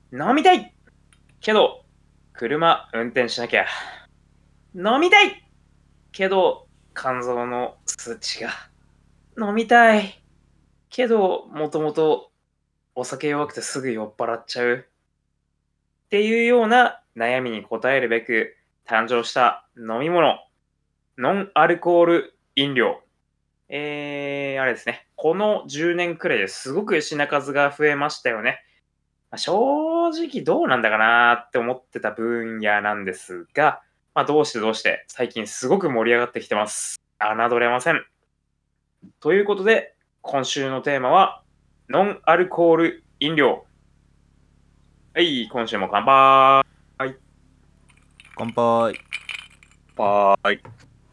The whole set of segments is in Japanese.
飲みたいけど、車運転しなきゃ。飲みたいけど、肝臓の数値が。飲みたいけど、もともとお酒弱くてすぐ酔っ払っちゃう。っていうような悩みに応えるべく誕生した飲み物、ノンアルコール飲料。あれですね。この10年くらいですごく品数が増えましたよね。正直どうなんだかなって思ってた分野なんですが、どうして最近すごく盛り上がってきてます。侮れません。ということで、今週のテーマは、ノンアルコール飲料。はい、今週も乾杯。 乾杯。 はーい。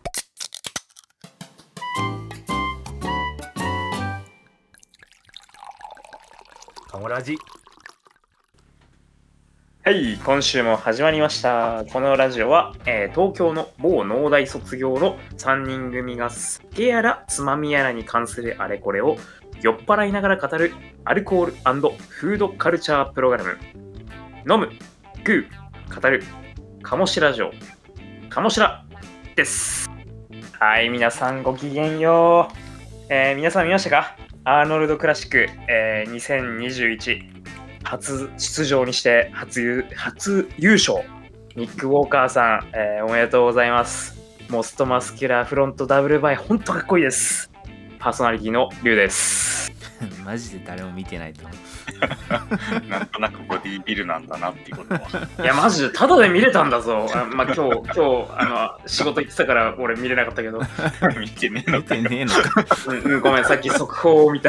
カモラジ。 はい、今週も始まりました。このラジオは、東京の某農大卒業の3人組が酒やらつまみやらに関するあれこれを酔っ払いながら語るアルコール&フードカルチャープログラム。飲む、食う、語る、カモシラジオ。カモシラです。はい、皆さんごきげんよう。皆さん見ましたか？アーノルドクラシック、2021。初出場にして初優勝。ニック・ウォーカーさん、おめでとうございます。モストマスキュラーフロントダブルバイ、ほんとかっこいいです。パーソナリティのリュウです。 マジで誰も見てないと思う。なんとなくボディービルなんだなっていうことは。 いや、マジでタダで見れたんだぞ。今日仕事行ってたから俺見れなかったけど。 見てねえのか。 見てねえのか。 ごめん、さっき速報を見た。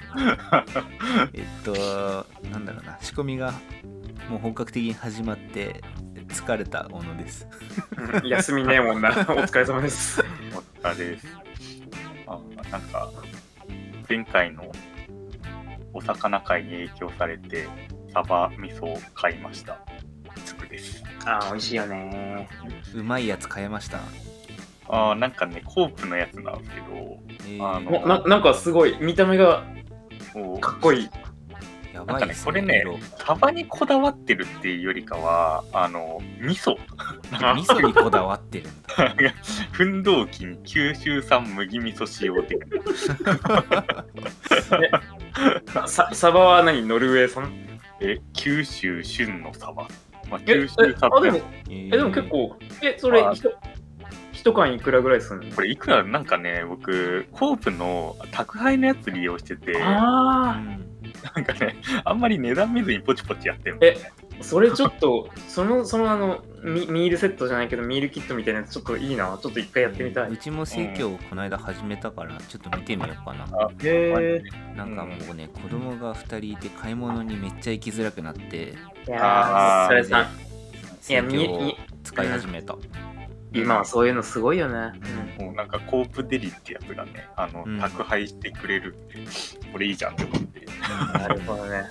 なんだろうな、仕込みがもう本格的に始まって疲れた小野です。 休みねえもんな。お疲れ様です。 お疲れです。なんか前回のお魚会に影響されてサバ味噌を買いました。つくです。 美味しいよね。 うまいやつ買えました。 なんかね、コープのやつなんですけど、 なんかすごい見た目がかっこいい。 やばいですね。 これね、サバにこだわってるっていうよりかは、味噌にこだわってるんだ。 奮闘機に九州産麦味噌使用的な。サバは何？ノルウェー産？ 九州旬のサバ。九州産でも結構、それ一缶いくらぐらいするの？ これいくらなんかね、僕コープの宅配のやつ利用してて、なんかね、あんまり値段見ずにポチポチやってるんだよね。 それちょっとそのミールセットじゃないけどミールキットみたいなやつちょっといいな。ちょっと一回やってみたい。 うちも生協をこの間始めたからちょっと見てみようかな。なんかもうね、子供が2人いて買い物にめっちゃ行きづらくなって、 いやー、それさ、 生協を使い始めた。 今はそういうのすごいよね。 もうなんかコープデリってやつがね、宅配してくれるんで、これいいじゃんって思って。 なるほどね。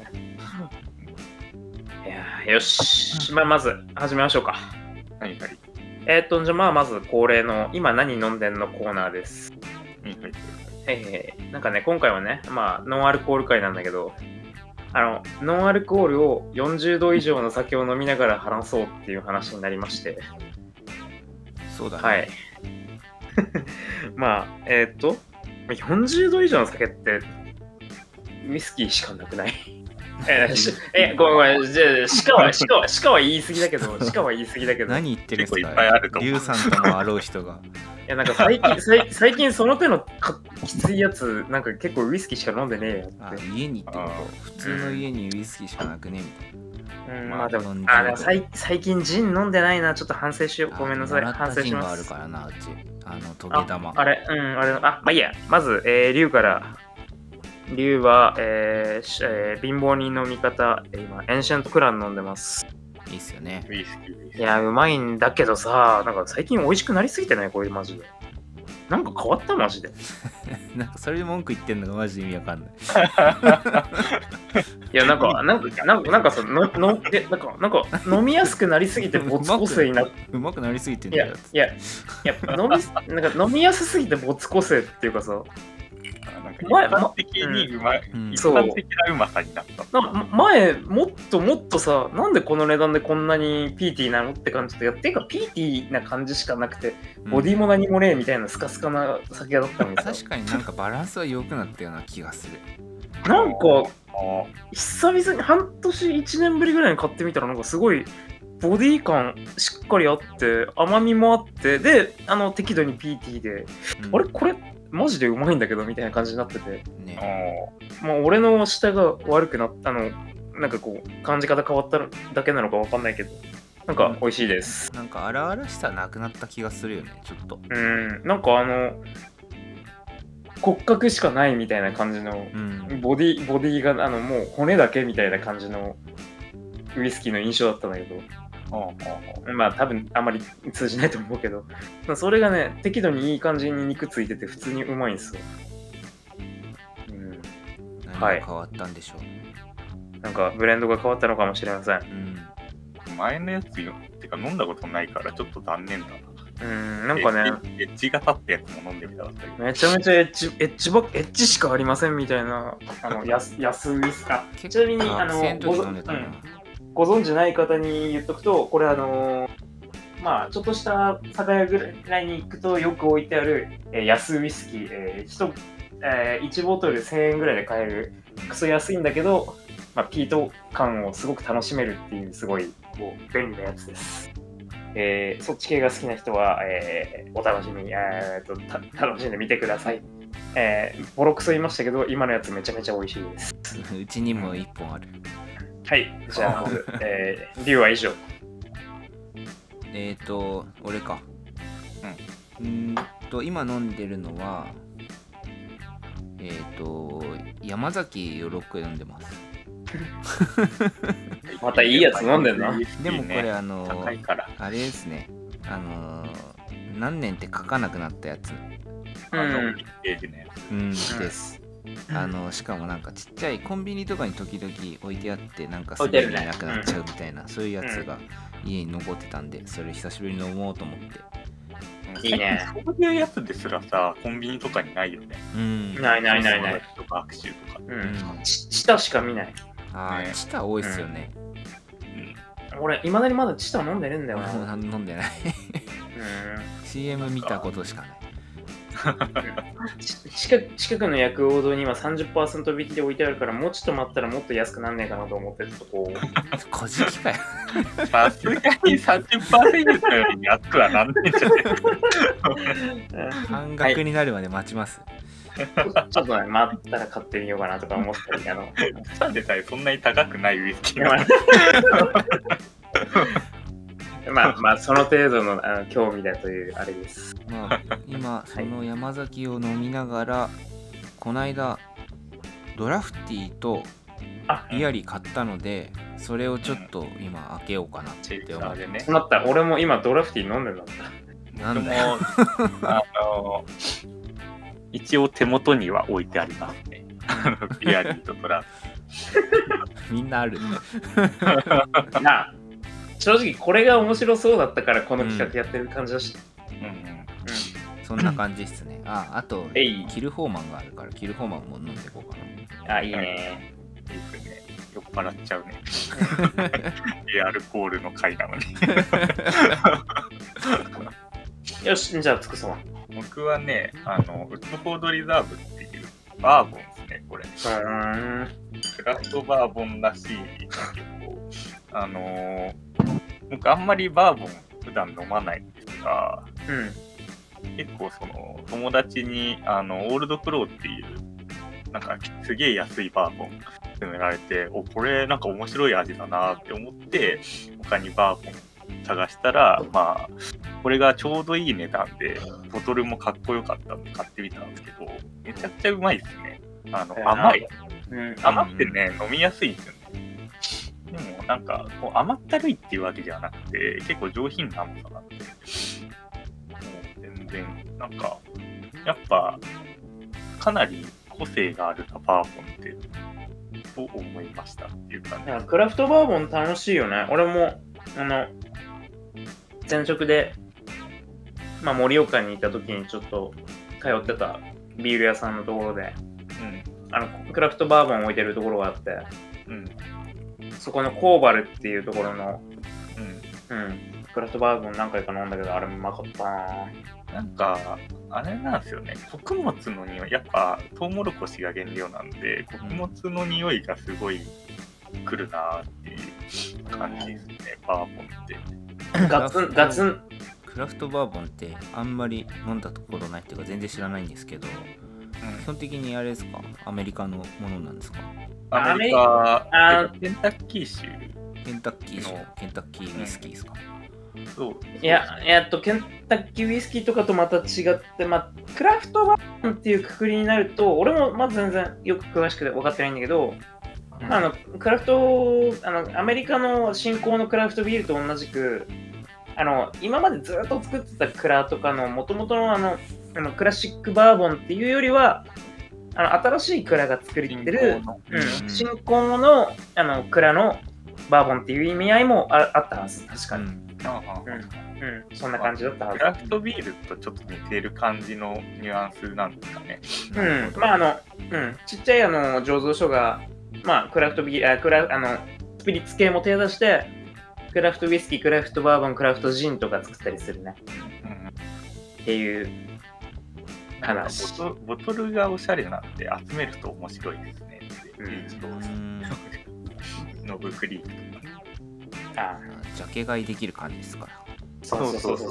いやよし、まず始めましょうか。 はい。 じゃあまず恒例の今何飲んでんのコーナーです。なんかね、今回はね、ノンアルコール会なんだけど、ノンアルコールを40度以上の酒を飲みながら話そうっていう話になりまして。 そうだね。 はい。40度以上の酒ってウイスキーしかなくない？ごめん、じゃあシカは言い過ぎだけど、 何言ってるんですか？ いっぱいあると思う。 リュウさんともあろう人が。 いや、なんか最近その手のきついやつ、なんか結構ウイスキーしか飲んでねえよって。 家にってこと？普通の家にウイスキーしかなくねみたいな。 でも最近ジン飲んでないな。ちょっと反省しよう。ごめんなさい。反省します。 ジンがあるからな、うち。トゲ玉。 いいや。まず、リュウから。リュウは、貧乏人の味方、今、エンシェントクラン飲んでます。 いいっすよね。 ウイスキー。 いや、うまいんだけどさ、なんか最近美味しくなりすぎてないこれマジで。なんか変わったマジで。 なんかそれで文句言ってんのがマジで意味わかんない。 いや、なんかさ、なんか飲みやすくなりすぎて没個性になって。 うまくなりすぎてんだよ。 いや、飲みやすすぎて没個性っていうかさ。 なんなんか一般的にうまい、一般的なうまさになった。 前もっとさ、なんでこの値段でこんなに PT なのって感じで、っていうか PT な感じしかなくて、ボディも何もねえみたいなスカスカな酒だったのにさ、 確かになんかバランスは良くなったような気がする。 なんか久々に半年1年ぶりぐらいに買ってみたら、なんかすごいボディ感しっかりあって甘みもあって、で適度に PT で、あれこれマジでうまいんだけどみたいな感じになってて、ね、まあ俺の舌が悪くなったなんかこう感じ方変わっただけなのかわかんないけど、なんか美味しいです。 なんか荒々しさなくなった気がするよね、ちょっと。 なんか骨格しかないみたいな感じの、ボディがもう骨だけみたいな感じのウイスキーの印象だったんだけど、まあ多分あんまり通じないと思うけど、それがね適度にいい感じに肉ついてて普通にうまいんですよ。 何が変わったんでしょう、なんかブレンドが変わったのかもしれません。 前のやつよってか飲んだことないからちょっと残念だな。 なんかね、 エッジが立ったやつも飲んでみたかったけど、 めちゃめちゃエッジしかありませんみたいな安ウイスキー。ちなみにご存知ない方に言っとくと、これまあちょっとした酒屋ぐらいに行くとよく置いてある、安ウイスキー、1ボトル1000円ぐらいで買えるクソ安いんだけど、まあ、ピート感をすごく楽しめるっていうすごいこう便利なやつです。そっち系が好きな人は、お楽しみに、楽しんでみてください。ボロクソ言いましたけど、今のやつめちゃめちゃ美味しいです。 うちにも1本ある。 はい、じゃあ、リュウは以上。 俺か。今飲んでるのは、山崎を6個飲んでます。 またいいやつ飲んでんな。 でもこれ高いからあれですね、何年って書かなくなったやつ。です。しかもなんかちっちゃいコンビニとかに時々置いてあって、なんかすぐになくなっちゃうみたいな、そういうやつが家に残ってたんで、それ久しぶりに飲もうと思って。 いいね。 そういうやつですらさ、コンビニとかにないよね。 ない。 とか握手とか。 チタしか見ない。 チタ多いっすよね。 俺、いまだにまだチタ飲んでるんだよな。飲んでない。CM 見たことしかない。 近くの薬王堂に今 30% 引きで置いてあるから、もうちょっと待ったらもっと安くなんねえかなと思ってるとこ小じきかよ。 さすがに 30% より安くはなんねえじゃねえ。半額になるまで待ちます。 ちょっとね、待ったら買ってみようかなとか思ったり、 なんでさえそんなに高くないウイスキーなの。 まあその程度の興味だというあれです。 まあ今その山崎を飲みながら、この間ドラフティーとビアリ買ったので、それをちょっと今開けようかなって思ってね。 なった。俺も今ドラフティー飲んでんだった。 なんだよ。 一応手元には置いてありますね。ビアリーとドラフティー。みんなある。 なあ。正直これが面白そうだったからこの企画やってる感じだし、 そんな感じっすね。あとキルホーマンがあるから、キルホーマンも飲んでいこうかな。いいね。 いいですね。酔っ払っちゃうね。アルコールの回なのに。 よし、じゃあつくそば。 僕はね、ウッドフォードリザーブっていうバーボンですね、これ。クラフトバーボンらしい結構。僕あんまりバーボン普段飲まないんですが、結構その友達にオールドプローっていうなんかすげえ安いバーボン勧められて、これなんか面白い味だなって思って他にバーボン探したら、まあこれがちょうどいい値段でボトルもかっこよかったんで買ってみたんですけど、めちゃくちゃうまいですね。甘い、甘くてね飲みやすいですよね。でもなんかこう甘ったるいっていうわけじゃなくて、結構上品な甘さなんで、もう全然なんかやっぱかなり個性があるなバーボンってと思いましたっていう感じ。 クラフトバーボン楽しいよね。俺も前職で盛岡にいた時にちょっと通ってたビール屋さんのところでクラフトバーボン置いてるところがあって、そこのコーバルっていうところの、クラフトバーボン何回か飲んだけど、あれうまかったな。 なんか、あれなんですよね。穀物の匂い、やっぱトウモロコシが原料なんで、穀物の匂いがすごいくるなっていう感じですね、バーボンって。 ガツン。 クラフトバーボンってあんまり飲んだことないっていうか全然知らないんですけど、基本的にあれですか、アメリカのものなんですか？ アメリカ、ケンタッキー州。 ケンタッキーウイスキーですか？ そう。 いや、ケンタッキーウイスキーとかとまた違って、クラフトバーボンっていうくくりになると、俺もまず全然よく詳しくて分かってないんだけど、クラフト、アメリカの新興のクラフトビールと同じく、今までずっと作ってた蔵とかの元々のクラシックバーボンっていうよりは、新しい蔵が作りてる新興の蔵のバーボンっていう意味合いもあったはず、確かに。そんな感じだったはず。 クラフトビールとちょっと似てる感じのニュアンスなんですかね。 ちっちゃい醸造所が、クラフトビール、スピリッツ系も手出して、クラフトウイスキー、クラフトバーボン、クラフトジンとか作ったりするね。っていう話。 ボトルがおしゃれなんで集めると面白いですね。ノブクリークとか。 ジャケ買いできる感じですから。 そう。そろ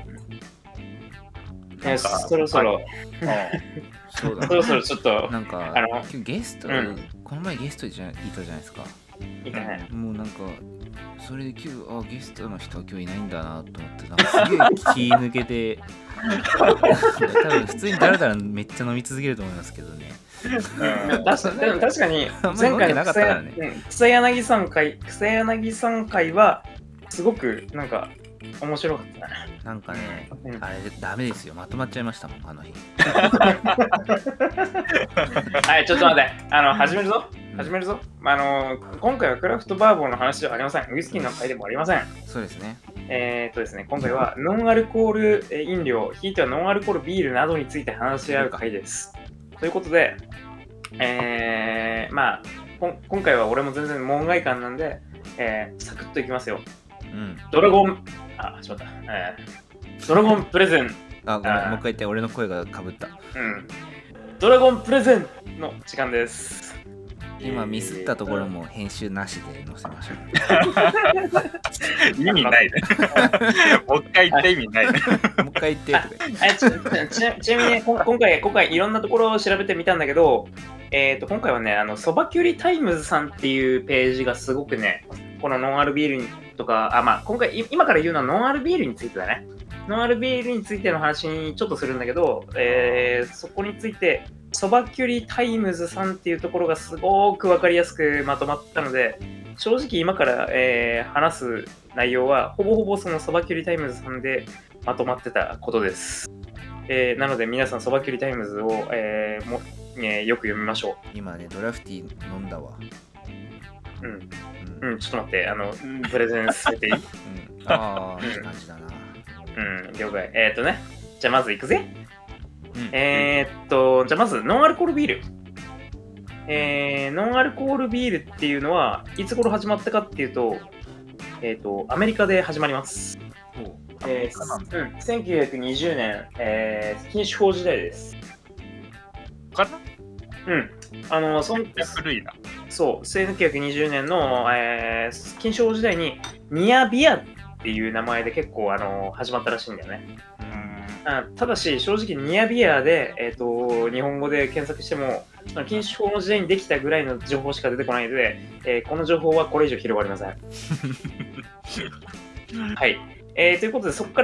そろちょっとなんかゲスト、この前ゲストいたじゃないですか。もうなんかそれで今日ゲストの人は今日いないんだなと思って、なんかすげえ気抜けて多分普通にだらだらめっちゃ飲み続けると思いますけどね。 確かに前回の草柳さん会はすごくなんか面白かったね。 なんかね、あれダメですよ、まとまっちゃいましたもん、あの日。 はい、ちょっと待って、始めるぞ。今回はクラフトバーボンの話ではありません。ウイスキーの回でもありません。 そうですね。 ですね、今回はノンアルコール飲料、ひいてはノンアルコールビールなどについて話し合う回です。ということで、今回は俺も全然門外漢なんで、サクッといきますよ。ドラゴンプレゼン。 ごめん、もう一回言って、俺の声がかぶった。 ドラゴンプレゼンの時間です。 今ミスったところも編集なしで載せましょう。意味ないね。もう一回言って意味ないね。 もう一回言って。 ちなみに今回いろんなところを調べてみたんだけど、今回はね、そばきゅりタイムズさんっていうページがすごくね、このノンアルビールとか、今から言うのはノンアルビールについてだね。ノンアルビールについての話にちょっとするんだけど、そこについて、そばきゅりタイムズさんっていうところがすごく分かりやすくまとまったので、正直今から、話す内容はほぼほぼそのそばきゅりタイムズさんでまとまってたことです。なので皆さんそばきゅりタイムズを、よく読みましょう。 今ね、ドラフティー飲んだわ。 ちょっと待って、プレゼンされていい？ いい感じだな。 了解。じゃあまずいくぜ。じゃあまずノンアルコールビール。ノンアルコールビールっていうのはいつ頃始まったかっていうと、アメリカで始まります。1920年、禁酒法時代です。 かな？古いな。 そう、1920年の、禁酒法時代にニアビアっていう名前で結構始まったらしいんだよね。ただし正直ニアビアで、日本語で検索しても禁酒法の時代にできたぐらいの情報しか出てこないので、この情報はこれ以上広がりません。はい。ということでそこから、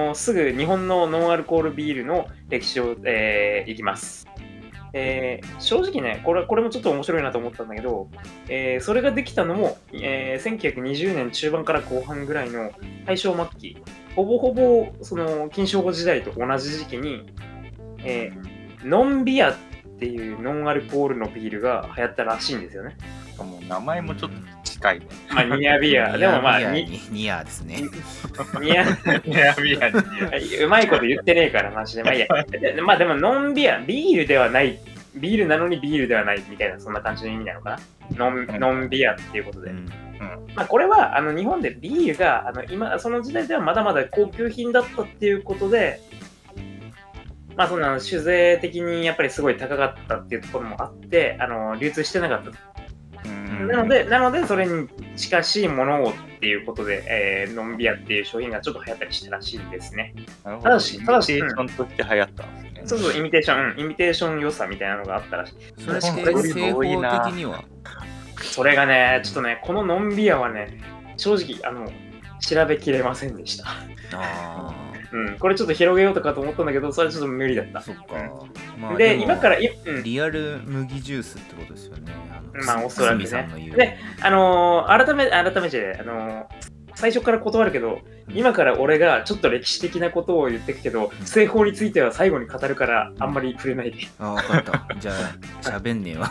すぐ日本のノンアルコールビールの歴史を、いきます。正直ね、これもちょっと面白いなと思ったんだけど、それができたのも、1920年中盤から後半ぐらいの大正末期、ほぼほぼその禁酒法時代と同じ時期に、ノンビアっていうノンアルコールのビールが流行ったらしいんですよね。 もう名前もちょっと近いね。 ニアビア。でもニアですね。 ニアビア。うまいこと言ってねえから、マジで。でもノンビア、ビールではないビールなのにビールではないみたいな、そんな感じの意味なのかな。ノンビアっていうことで。まあ、これは日本でビールが今その時代ではまだまだ高級品だったっていうことで、まあそんな酒税的にやっぱりすごい高かったっていうところもあって流通してなかったと。なのでそれに近しいものをっていうことで、ノンビアっていう商品がちょっと流行ったりしたらしいんですね。 ただしイミテーションとして流行ったんですね。 そうそう、イミテーション良さみたいなのがあったらしい。 それって製法的にはそれがね、ちょっとね、このノンビアはね、正直調べきれませんでした。これちょっと広げようとかと思ったんだけど、それはちょっと無理だった。 そっか。まあ、 で今からリアル麦ジュースってことですよね。 まあおそらくね。で、改めて最初から断るけど、今から俺がちょっと歴史的なことを言ってくけど、製法については最後に語るからあんまり触れないで。 あ、分かった。じゃあ喋んねえわ。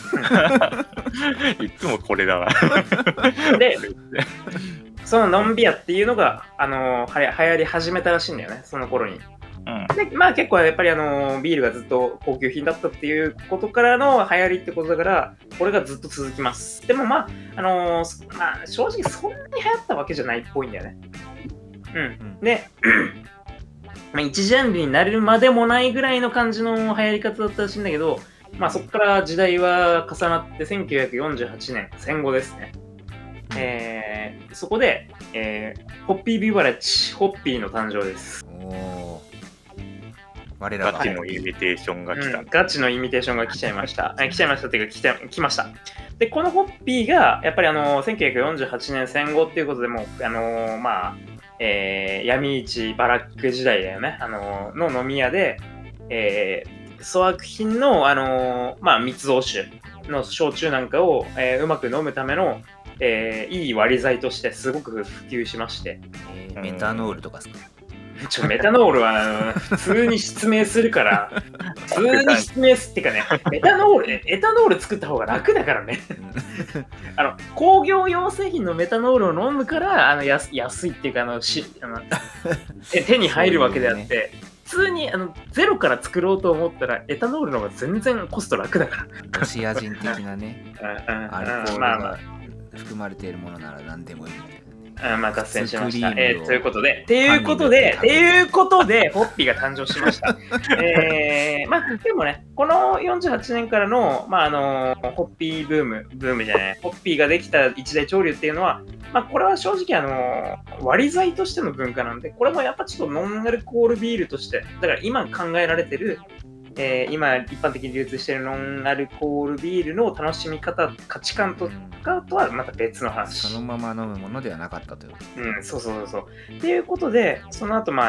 いつもこれだわ。 で、そのノンビアっていうのが流行り始めたらしいんだよね、その頃に。でまあ結構やっぱりビールがずっと高級品だったっていうことからの流行りってことだから、これがずっと続きます。でもまあ正直そんなに流行ったわけじゃないっぽいんだよね。で一ジャンルになれるまでもないぐらいの感じの流行り方だったらしいんだけど、まあそこから時代は重なって1948年戦後ですね。そこで、ホッピービバレッジ、ホッピーの誕生です。 ガチのイミテーションが来た。 ガチのイミテーションが来ちゃいました。来ました。で、このホッピーが、やっぱり1948年戦後っていうことでも闇市バラック時代だよね。の飲み屋で、粗悪品の、密造酒の焼酎なんかを、うまく飲むための、いい割り剤としてすごく普及しまして。 メタノールとかですか？ メタノールは普通に失明するから普通に失明すってかね、エタノール作った方が楽だからね。工業用製品のメタノールを飲むから安いっていうか手に入るわけであって、普通にゼロから作ろうと思ったらエタノールの方が全然コスト楽だから。 ロシア人的なね、アルコールが含まれているものなら何でもいいみたいな。 脱線しました。ということで、ホッピーが誕生しました。でもね、この48年からの、ホッピーブームじゃない、ホッピーができた一大潮流っていうのは、これは正直割り剤としての文化なんで、これもやっぱちょっとノンアルコールビールとして、だから今考えられてる、今一般的に流通しているノンアルコールビールの楽しみ方、価値観とかとはまた別の話。 そのまま飲むものではなかったという。 そう。っていうことで、その後日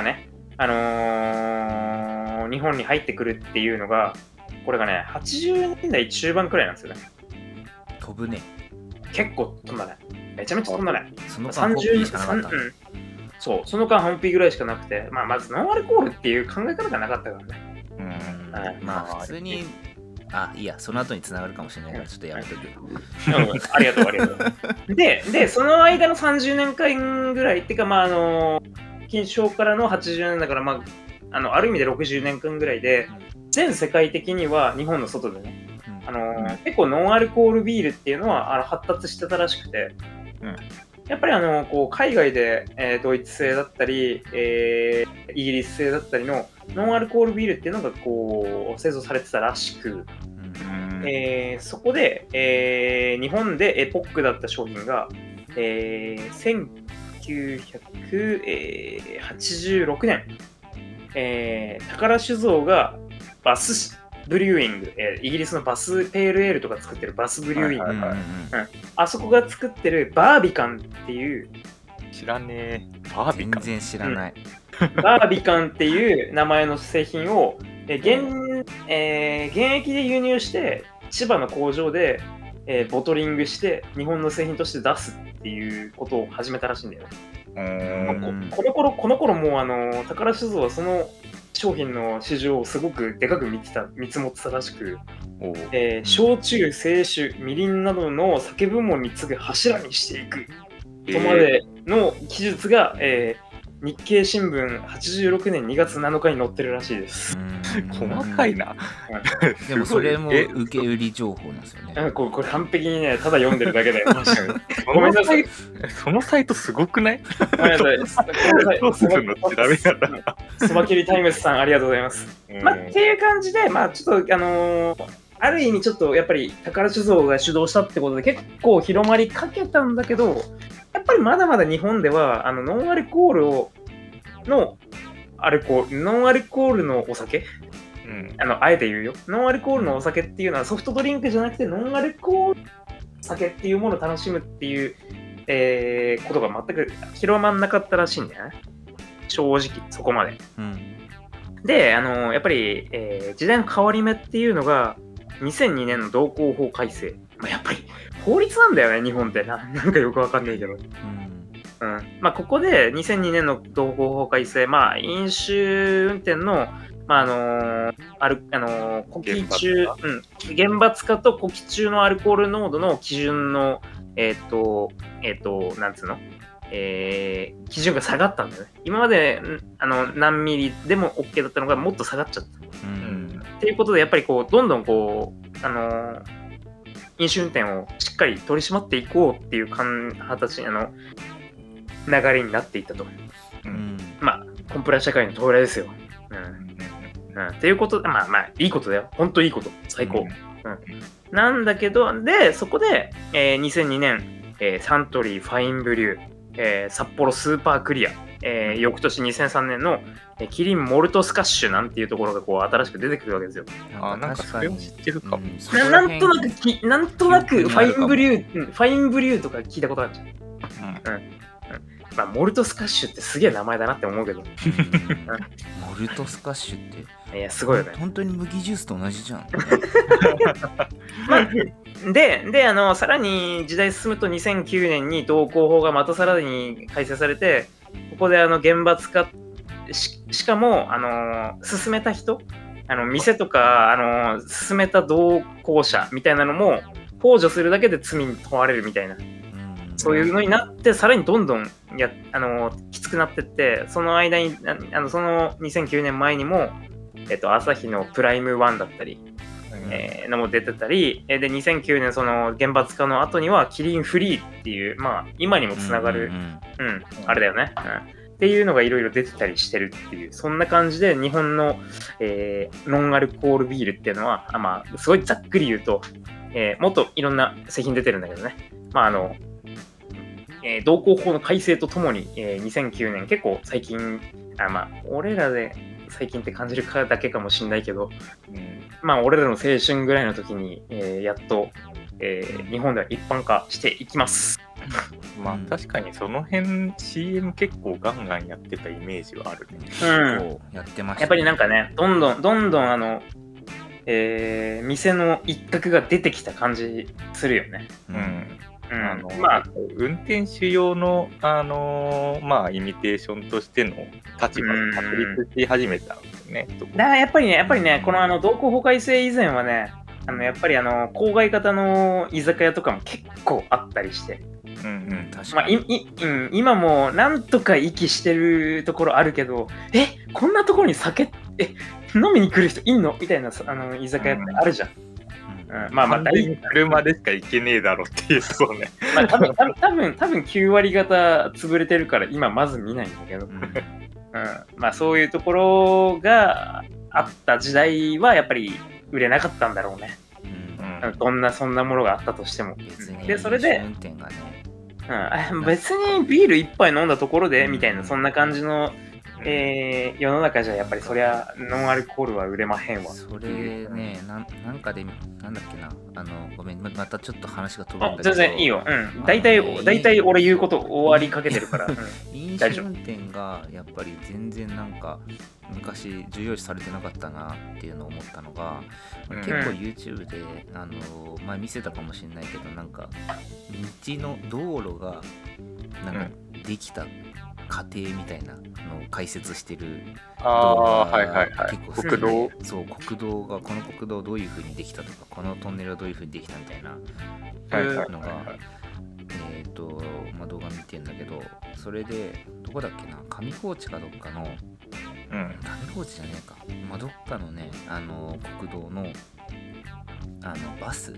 本に入ってくるっていうのが、これがね、80年代中盤くらいなんですよね。 飛ぶね。 結構飛んだね。めちゃめちゃ飛んだね。 その間ホッピーしかなかった。 そう、その間ホッピーぐらいしかなくて、まずノンアルコールっていう考え方がなかったからね。 普通にいや、その後に繋がるかもしれないからちょっとやめとく。 ありがとう。でその間の30年間ぐらいっていうか近昭からの80年だからある意味で60年間ぐらいで、全世界的には日本の外でね、結構ノンアルコールビールっていうのは発達してたらしくて、やっぱり海外で、ドイツ製だったり、イギリス製だったりのノンアルコールビールっていうのが製造されてたらしく、そこで、日本でエポックだった商品が、1986年、宝酒造がバスブリューイング、イギリスのバスペールエールとか作ってるバスブリューイング、あそこが作ってるバービカンっていう、 知らねえ。バービカン全然知らない。 バービカンっていう名前の製品を現役で輸入して千葉の工場で、ボトリングして日本の製品として出すっていうことを始めたらしいんだよね。この頃もう宝酒造はその商品の市場をすごくでかく見積もってたらしく、焼酎、清酒、みりんなどの酒部門に次ぐ柱にしていくとまでの記述が、日経新聞86年2月7日に載ってるらしいです。 細かいな。 でもそれも受け売り情報なんですよね。 これ完璧にね、ただ読んでるだけで。 ごめんなさい。そのサイトすごくない？ ごめんなさい。 どうするの？調べ方。 スバキリタイムスさん、ありがとうございます。っていう感じで、ちょっと、ある意味ちょっとやっぱり宝酒造が主導したってことで結構広まりかけたんだけど、やっぱりまだまだ日本ではノンアルコールのお酒、あえて言うよ。ノンアルコールのお酒っていうのはソフトドリンクじゃなくてノンアルコール酒っていうものを楽しむっていう、ことが全く広まんなかったらしいんだよね。正直、そこまで。で、やっぱり、時代の変わり目っていうのが、2002年の道交法改正。やっぱり法律なんだよね、日本って。なんかよくわかんないけど。ここで2002年の道交法改正、飲酒運転の、呼気中、厳罰化と呼気中のアルコール濃度の基準の、なんつうの基準が下がったんだよね。今まで何ミリでも OK だったのがもっと下がっちゃった。っていうことで、やっぱりどんどん飲酒運転をしっかり取り締まっていこうっていう形、流れになっていったと。コンプラ社会の到来ですよ。っていうことで、いいことだよ。本当いいこと。最高。なんだけど、で、そこで、2002年、サントリーファインブリュー、札幌スーパークリア、翌年2003年のキリンモルトスカッシュなんていうところが新しく出てくるわけですよ。 なんかそれを知ってるかも。 なんとなくファインブリューとか聞いたことあるじゃん。モルトスカッシュってすげえ名前だなって思うけど。 モルトスカッシュって。 いや、すごいよね。 本当に麦ジュースと同じじゃん。 で、さらに時代進むと2009年に道交法がまたさらに改正されて、ここで厳罰化、しかも、進めた人、店とか、進めた同行者みたいなのも、控除するだけで罪に問われるみたいな。そういうのになって、さらにどんどんきつくなってって、その間に、その2009年前にも、アサヒのプライム1だったり、のも出てたり、で、2009年その厳罰化の後には、キリンフリーっていう、今にもつながる、あれだよね。っていうのがいろいろ出てたりしてるっていう、そんな感じで日本の、ノンアルコールビールっていうのは、すごいざっくり言うと、もっといろんな製品出てるんだけどね。道交法の改正とともに、2009年結構最近、俺らで最近って感じるかだけかもしんないけど、俺らの青春ぐらいの時に、やっと、日本では一般化していきます。 確かにその辺 CM 結構ガンガンやってたイメージはあるね。 やってましたね。 やっぱりなんかね、どんどん店の一角が出てきた感じするよね。 運転手用の、イミテーションとしての立場が確立し始めたんですよね。 だからやっぱりね、この道交法改正以前はね、やっぱり郊外型の居酒屋とかも結構あったりして、 確かに今もなんとか息してるところあるけど、こんなところに酒飲みに来る人いんのみたいな居酒屋ってあるじゃん。 車でしか行けねえだろっていうところね。 多分9割方潰れてるから今まず見ないんだけど、そういうところがあった時代はやっぱり売れなかったんだろうね。そんなものがあったとしても。でそれで、別にビール一杯飲んだところでみたいな、そんな感じの世の中じゃやっぱりそりゃノンアルコールは売れまへんわ。 それね、なんかでなんだっけな、ごめん、またちょっと話が飛ぶんだけど。 全然いいよ。大体俺言うこと終わりかけてるから。 飲酒運転がやっぱり全然なんか昔重要視されてなかったなっていうのを思ったのが、結構 YouTube で前見せたかもしれないけど、なんか道の道路がなんかできた過程みたいなのを解説してる動画が結構好きで、国道がこの国道どういう風にできたとか、このトンネルはどういう風にできたみたいなのが動画見てんだけど、それでどこだっけな、上高地かどっかの上高地じゃねえか、まあ、どっかのね国道のバス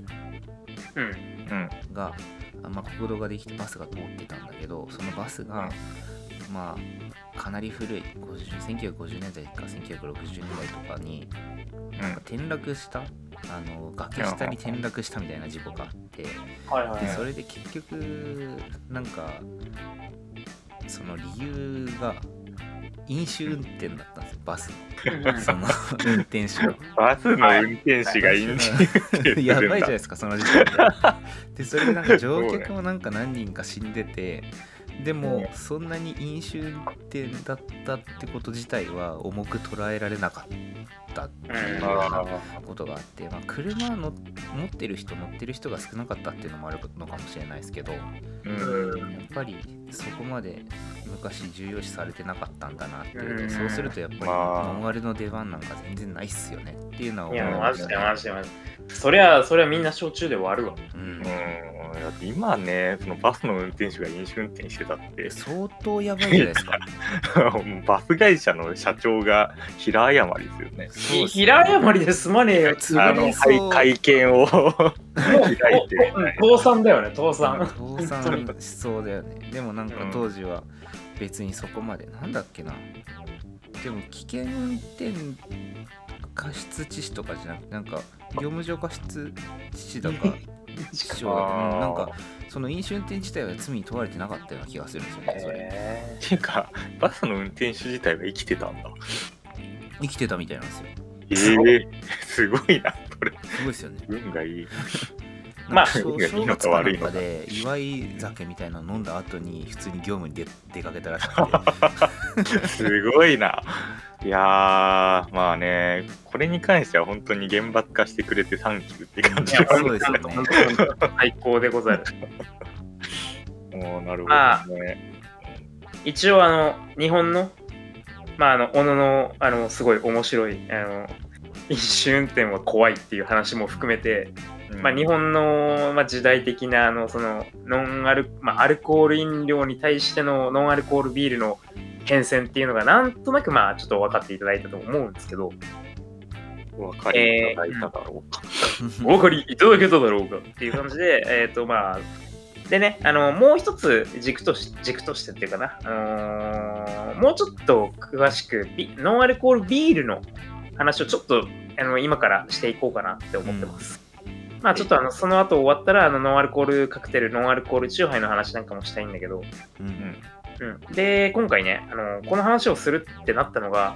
が、まあ、国道ができてバスが通ってたんだけど、そのバスがまあかなり古い1950年代か1960年代とかになんか転落した、崖下に転落したみたいな事故があって、でそれで結局なんかその理由が飲酒運転だったんですよ、バスのその運転手のバスの運転手が飲酒運転やばいじゃないですかその時点でそれでなんか乗客もなんか何人か死んでて、でもそんなに飲酒運転だったってこと自体は重く捉えられなかったっていうようなことがあって、まあ、車持ってる人が少なかったっていうのもあるのかもしれないですけど、やっぱりそこまで昔重要視されてなかったんだなっていうと、そうするとやっぱりノンアルの出番なんか全然ないっすよねっていうのは思いましたね。 いやマジでそりゃみんな焼酎で割るわ。 だって今ね、そのバスの運転手が飲酒運転してたって相当やばいじゃないですかバス会社の社長が平謝りですよね。 平謝りで済まねえよ。 会見を開いて倒産だよね、倒産しそうだよね。でもなんか当時は別にそこまで、なんだっけな、でも危険運転過失致死とかじゃなくて、なんか業務上過失致死だかなんかその飲酒運転自体は罪に問われてなかったような気がするんですよね、それ。 っていうかバスの運転手自体は生きてたんだ。 生きてたみたいなんですよ。 すごいな、これ。 すごいですよね。 運がいい。 まあ正月かなんかで祝い酒みたいなの飲んだ後に普通に業務に出かけたらしくてすごいな。いやー、まあね、これに関しては本当に厳罰化してくれてサンキューって感じですね。 そうですよね。 最高でござる。 なるほどね。 一応日本の小野のすごい面白い飲酒運転は怖いっていう話も含めて、日本の、時代的なそのアルコール飲料に対してのノンアルコールビールの変遷っていうのがなんとなくちょっと分かっていただいたと思うんですけど、 お分かりいただいただろうか、 お分かりいただけただろうかっていう感じででね、もう一つ軸としてっていうかな、もうちょっと詳しくノンアルコールビールの話をちょっと今からしていこうかなって思ってます。ちょっとその後終わったらノンアルコールカクテル、ノンアルコールチューハイの話なんかもしたいんだけど、で今回ねこの話をするってなったのが、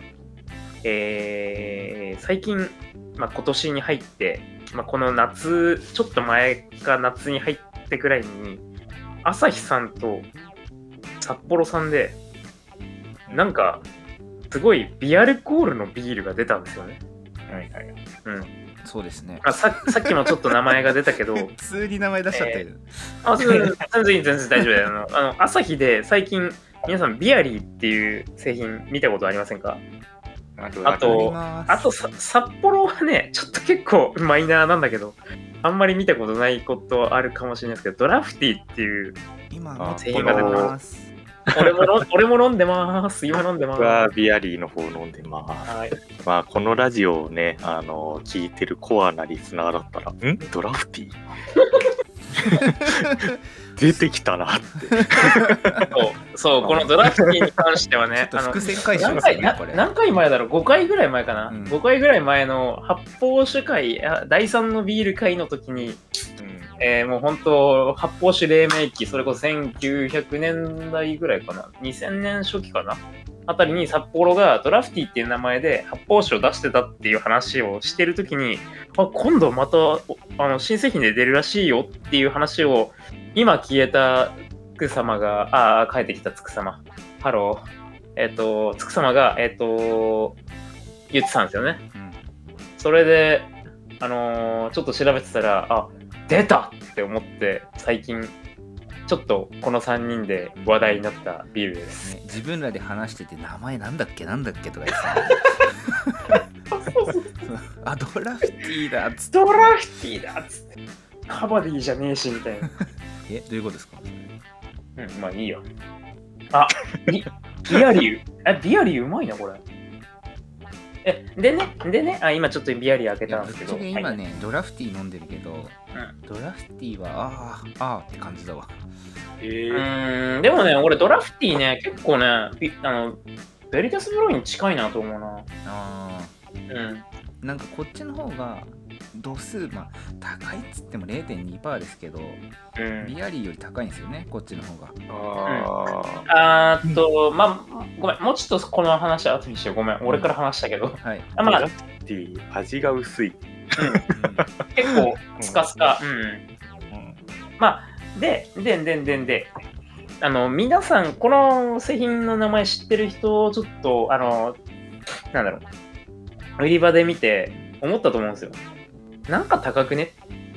最近、今年に入って、この夏ちょっと前か夏に入ってくらいにアサヒさんと札幌さんでなんかすごいビアルコールのビールが出たんですよね。 そうですね。 さっきもちょっと名前が出たけど普通に名前出しちゃってる。 全然大丈夫だよ。アサヒで最近皆さんビアリーっていう製品見たことありませんか？あと札幌はねちょっと結構マイナーなんだけどあんまり見たことないことあるかもしれないですけど、ドラフティっていう製品が出てます。俺も飲んでます。今飲んでます。 僕はビアリーの方飲んでます。このラジオをね聞いてるコアなリスナーだったらドラフティ出てきたなってそうこのドラフティに関してはね伏線回収ですよね。これ何回前だろう、5回ぐらい前かな、5回ぐらい前の発泡酒会第3のビール会の時に、もう本当発泡酒黎明期、それこそ1900年代ぐらいかな、2000年初期かなあたりに札幌がドラフティっていう名前で発泡酒を出してたっていう話をしてるときに、今度また新製品で出るらしいよっていう話を今消えたつく様が帰ってきたつく様ハローつく様が言ってたんですよね。それでちょっと調べてたら出たって思って最近ちょっとこの3人で話題になったビールです、 自分らで話してて名前なんだっけとか言ってたドラフティーだっつってカバディじゃねえしみたいなどういうことですか？ まあいいよ。ビアリーうまいなこれ。 でね、今ちょっとビアリー開けたんですけど。 今ね、ドラフティー飲んでるけど、ドラフティーはあーって感じだわ。 でもね、俺ドラフティーね、結構ね、ベリタスブロイに近いなと思うな。 なんかこっちの方が度数、高いっつっても 0.2% ですけど、ビアリーより高いんですよね、こっちの方が。 ごめん、もうちょっとこの話後にしよう。ごめん、俺から話したけど。 ドラフティー、味が薄い。 結構、スカスカ。で、皆さん、この製品の名前知ってる人、ちょっと、なんだろう、売り場で見て思ったと思うんですよ。なんか高くね？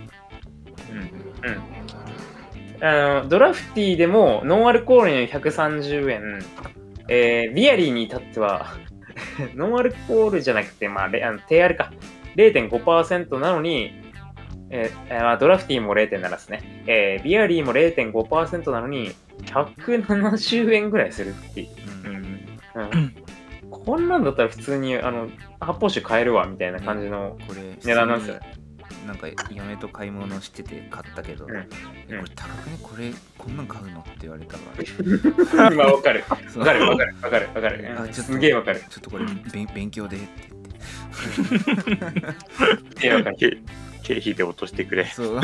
ドラフティーでもノンアルコールに130円、ビアリーに至ってはノンアルコールじゃなくて、低アルか 0.5% なのに、ドラフティーも 0.7 ですね。ビアリーも 0.5% なのに170円ぐらいするっていう。こんなんだったら普通に発泡酒買えるわみたいな感じの値段なんですよね。 なんか嫁と買い物してて買ったけど、これ高くね、こんなん買うのって言われたから今わかるすげえわかる。 ちょっとこれ勉強でって言って経費で落としてくれ。 そう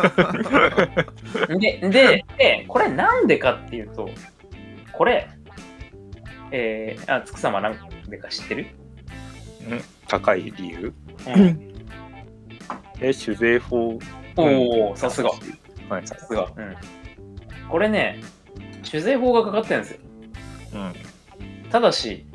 でこれなんでかっていうと、これつくさまなんでか知ってる？ 高い理由？酒税法。 さすが。さすが。これね、酒税法がかかってるんですよ。ただし、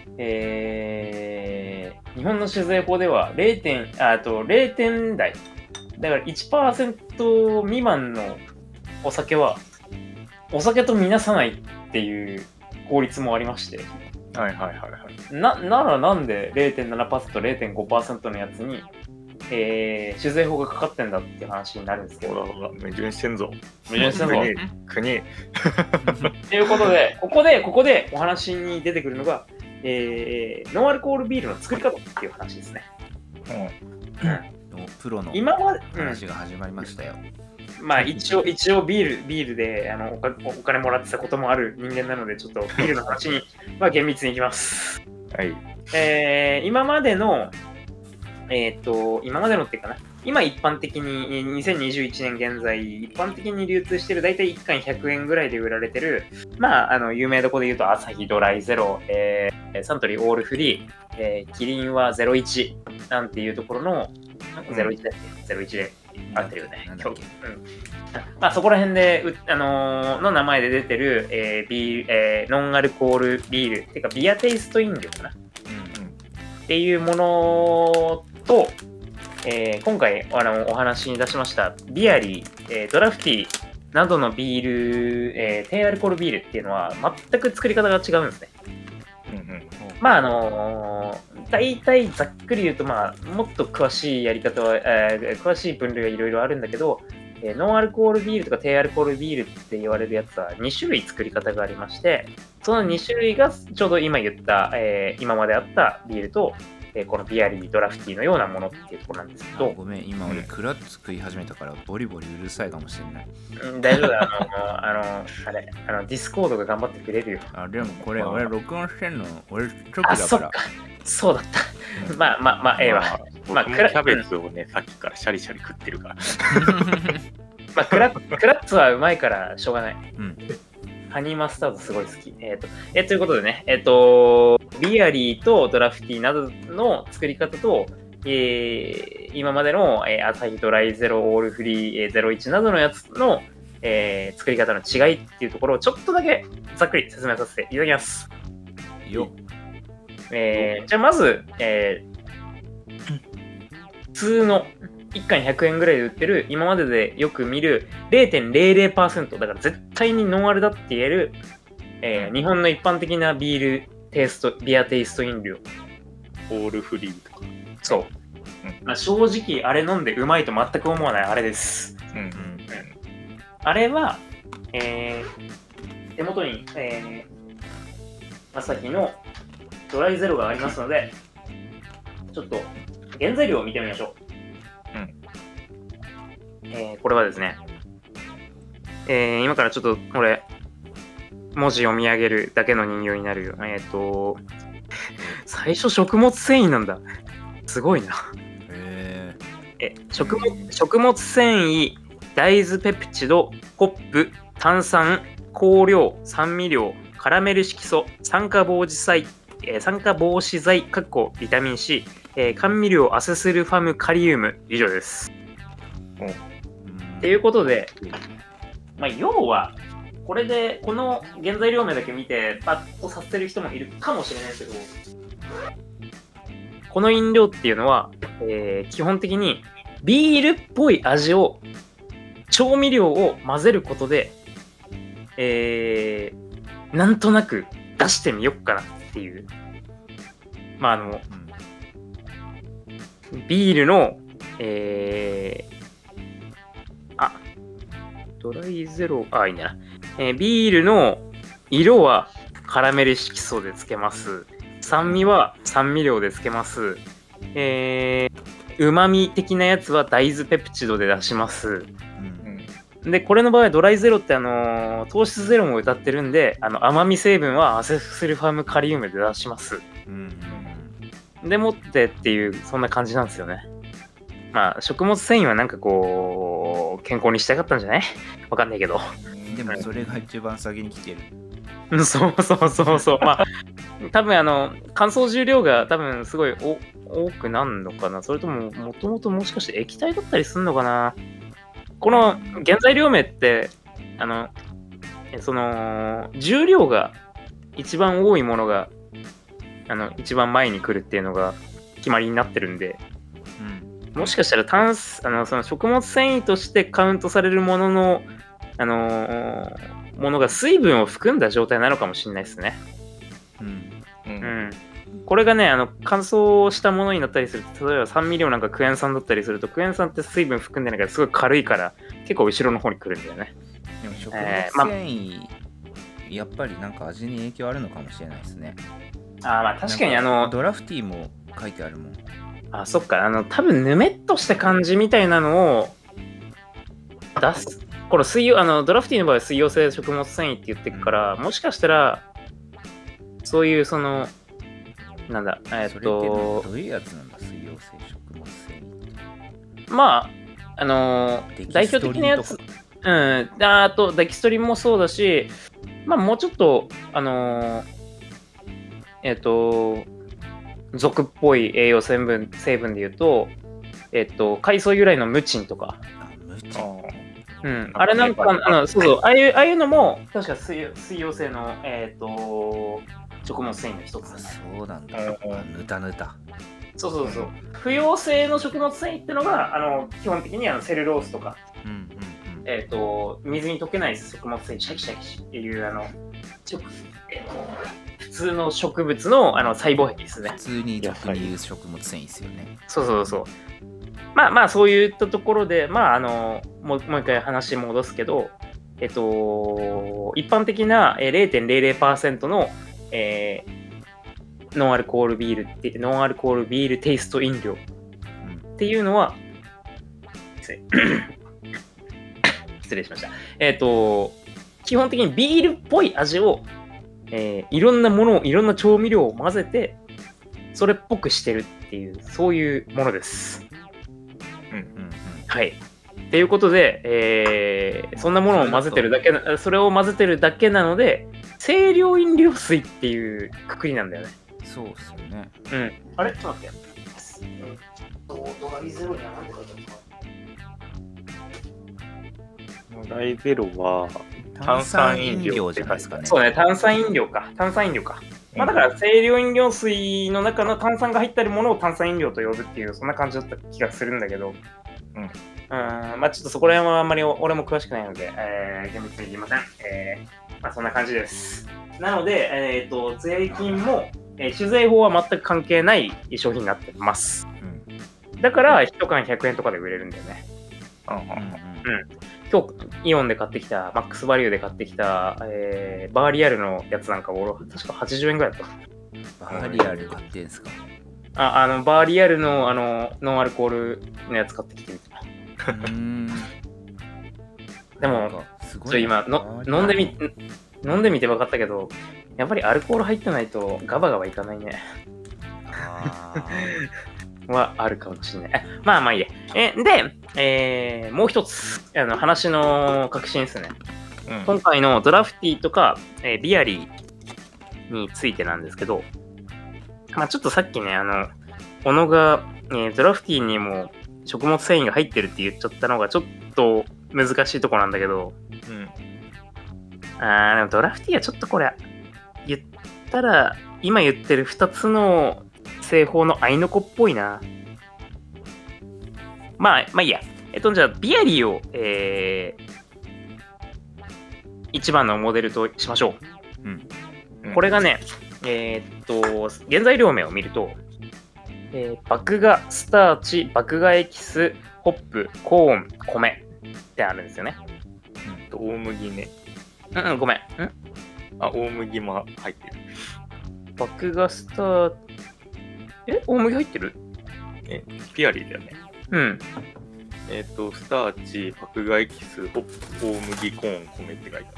日本の酒税法では0点台。だから 1% 未満のお酒はお酒とみなさないっていう法律もありまして。ならなんで 0.7%、0.5% のやつに、酒税法がかかってんだっていう話になるんですけど。 矛盾してんぞ。 国。 ということで、ここでお話に出てくるのが、ノンアルコールビールの作り方っていう話ですね。 プロの話が始まりましたよ。 一応ビールでお金もらってたこともある人間なので、ちょっとビールの話に厳密にいきます。今までのっていうかな、今一般的に2021年現在一般的に流通している大体1缶100円ぐらいで売られてる、有名どこで言うとアサヒドライゼロ、サントリーオールフリー、キリンは01なんていうところの01だっけ、01で合ってるよね。そこら辺での名前で出てる、ノンアルコールビールっていうかビアテイスト飲料かな、っていうものと、今回お話に出しましたビアリー、ドラフティーなどのビール、低アルコールビールっていうのは全く作り方が違うんですね。大体ざっくり言うと、もっと詳しいやり方は、詳しい分類はいろいろあるんだけど、ノンアルコールビールとか低アルコールビールって言われるやつは2種類作り方がありまして、その2種類がちょうど今言った、今まであったビールと、このビアリードラフティーのようなものっていうところなんですけど。 ごめん、今俺クラッツ食い始めたからボリボリうるさいかもしれない。 大丈夫だ。ディスコードが頑張ってくれるよ。 でもこれ俺録音してんの俺直だから。 そっか。そうだった。ええわ。 キャベツをね、さっきからシャリシャリ食ってるから。 クラッツはうまいからしょうがない。ハニーマスタードすごい好き。ということでね、ビアリーとドラフティーなどの作り方と、今までの、アサヒドライゼロ、オールフリー、01などのやつの、作り方の違いっていうところをちょっとだけざっくり説明させていただきます。 よ。 じゃあまず、普通の1缶100円ぐらいで売ってる、今まででよく見る 0.00%、だから絶対にノンアルだって言える、日本の一般的なビアテイスト飲料。 オールフリーとか。 そう。正直、あれ飲んでうまいと全く思わないあれです。あれは、手元に、アサヒのドライゼロがありますので、 ちょっと原材料を見てみましょう。これはですね、今からちょっとこれ文字読み上げるだけの人形になるよ。最初食物繊維なんだ。すごいな。食物繊維、大豆ペプチド、ホップ、炭酸、香料、酸味料、カラメル色素、酸化防止剤、ビタミン C、甘味料、アセスルファムカリウム、以上です。っていうことで、要は、これで、この原材料名だけ見て、パッとさせる人もいるかもしれないですけど、この飲料っていうのは、基本的にビールっぽい味を、調味料を混ぜることで、なんとなく出してみよっかなっていう。ビールの、ドライゼロ、いいんだな。ビールの色はカラメル色素でつけます。酸味は酸味料でつけます。旨味的なやつは大豆ペプチドで出します。で、これの場合、ドライゼロって糖質ゼロも歌ってるんで、甘み成分はアセスルファムカリウムで出します。でもってっていう、そんな感じなんですよね。食物繊維はなんかこう、健康にしたかったんじゃない？わかんないけど。 でもそれが一番先に来てる。そう。多分乾燥重量が多分すごい多くなるのかな。それとも、もともともしかして液体だったりするのかな。この原材料名って、その重量が一番多いものが一番前に来るっていうのが決まりになってるんで、もしかしたらその食物繊維としてカウントされるもののものが水分を含んだ状態なのかもしれないですね。これがね、乾燥したものになったりすると、例えば酸味料なんかクエン酸だったりすると、クエン酸って水分含んでないからすごい軽いから結構後ろの方に来るんだよね。 でも食物繊維、やっぱりなんか味に影響あるのかもしれないですね。 確かにドラフティーも書いてあるもん。 そっか、多分ぬめっとした感じみたいなのを出す。これドラフティーの場合は水溶性食物繊維って言ってるから、もしかしたらそういうそのなんだそれってどういうやつなんだ、水溶性食物繊維。代表的なやつ、あとデキストリンもそうだし、もうちょっと属っぽい栄養成分で言うと、海藻由来のムチンとか。あれなんか、ああいうのも確か水溶性の食物繊維の一つです。 そうなんだ。ぬたぬた。 そう。不溶性の食物繊維ってのが基本的にセルロースとか、水に溶けない食物繊維シャキシャキっていう普通の植物の細胞壁ですね。 普通に逆に言う食物繊維ですよね。 そう。そういったところでもう一回話戻すけど、一般的な 0.00% のノンアルコールビールテイスト飲料っていうのは、失礼しました。基本的にビールっぽい味を、いろんな調味料を混ぜてそれっぽくしてるっていう、そういうものです。はい。ということで、そんなものを混ぜてるだけそれを混ぜてるだけなので、清涼飲料水っていうくくりなんだよね。 そうっすよね。 あれちょっと待って。ドライゼロには何て書いてあるのか。ドライゼロは炭酸飲料じゃないですかね。 そうね、炭酸飲料か。だから清涼飲料水の中の炭酸が入ってるものを炭酸飲料と呼ぶっていう、そんな感じだった気がするんだけど、ちょっとそこら辺はあんまり俺も詳しくないので、厳密に言いません。そんな感じです。なので、税金も、酒税法は全く関係ない商品になってます。だから1缶100円とかで売れるんだよね。今日イオンで買ってきた、マックスバリューで買ってきた、バーリアルのやつなんか俺確か80円ぐらいだった。 バーリアル買ってんすか？ バーリアルのノンアルコールのやつ買ってきてみた。でも今飲んでみて分かったけど、やっぱりアルコール入ってないとガバガバいかないね。はあるかもしれない。まあいいや。で、もう一つ話の核心ですね。今回のドラフティとか、ビアリーについてなんですけど、ちょっとさっきね、小野が、ドラフティにも食物繊維が入ってるって言っちゃったのがちょっと難しいとこなんだけど、でもドラフティはちょっとこれ言ったら今言ってる2つの製法の合いの子っぽいな。まあいいや。じゃあビアリーを、一番のモデルとしましょう。これがね、原材料名を見ると、麦芽、スターチ、麦芽エキス、ホップ、コーン、米ってあるんですよね。 大麦ね。 ごめん。 大麦も入ってる。 麦芽、スターチ、大麦入ってる？ ピアリーだよね。スターチ、麦芽エキス、ホップ、大麦、コーン、米って書いて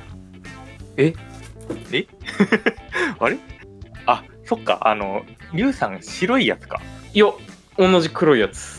ある。あれ？そっか、リュウさん白いやつか。 いや、同じ黒いやつ。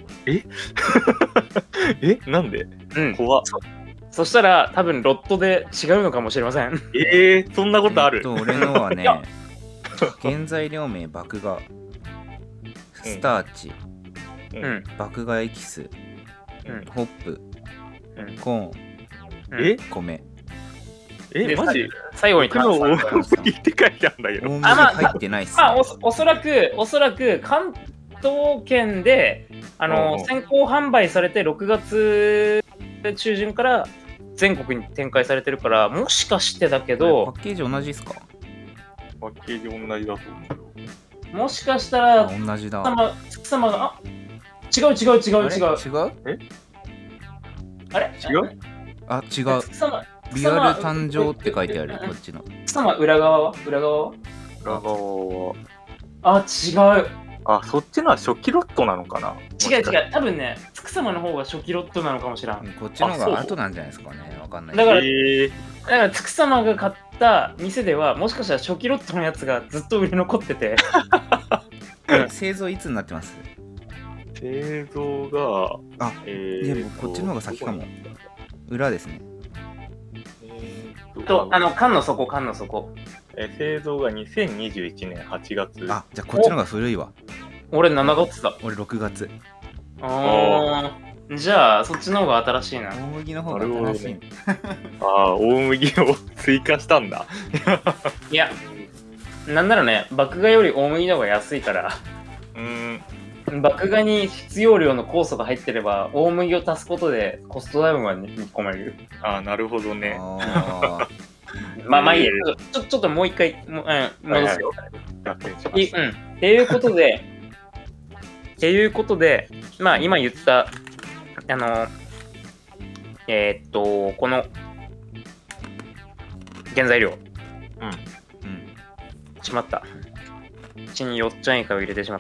なんで？怖っ。 そしたら多分ロットで違うのかもしれません。 そんなことある？ 俺のはね、原材料名麦芽、スターチ、麦芽エキス、ホップ、コーン、米。 マジ？ 最後に黒大麦って書いてあるんだけど。 大麦入ってないっすね。 おそらく関東圏で先行販売されて6月中旬から全国に展開されてるから、もしかしてだけど。 パッケージ同じですか？ パッケージ同じだと思うよ。 もしかしたら同じだ。 つくさまが違う。 違う？ あれ？ 違う？リアル誕生って書いてある、こっちの。 つくさま裏側は違う。 そっちのは初期ロットなのかな？ 違う。多分ね、つくさまの方が初期ロットなのかもしれん。 こっちの方が後なんじゃないですかね。わかんない。 だからつくさまが買った店では、もしかしたら初期ロットのやつがずっと売れ残ってて。 製造いつになってます？ 製造が、 でもこっちの方が先かも。裏ですね。 缶の底。 製造が2021年8月。 じゃあこっちの方が古いわ。 俺7月だ。 俺6月。 じゃあそっちの方が新しいな。 大麦の方が新しい。 大麦を追加したんだ。 いや、なんならね、麦芽より大麦の方が安いから。麦芽に必要量の酵素が入ってれば、大麦を足すことでコストダウンは見込まれる。 なるほどね。 まあいいや。ちょっともう一回戻すよ。っていうことで、今言ったこの原材料。しまった。うちによっちゃんイカを入れてしまった。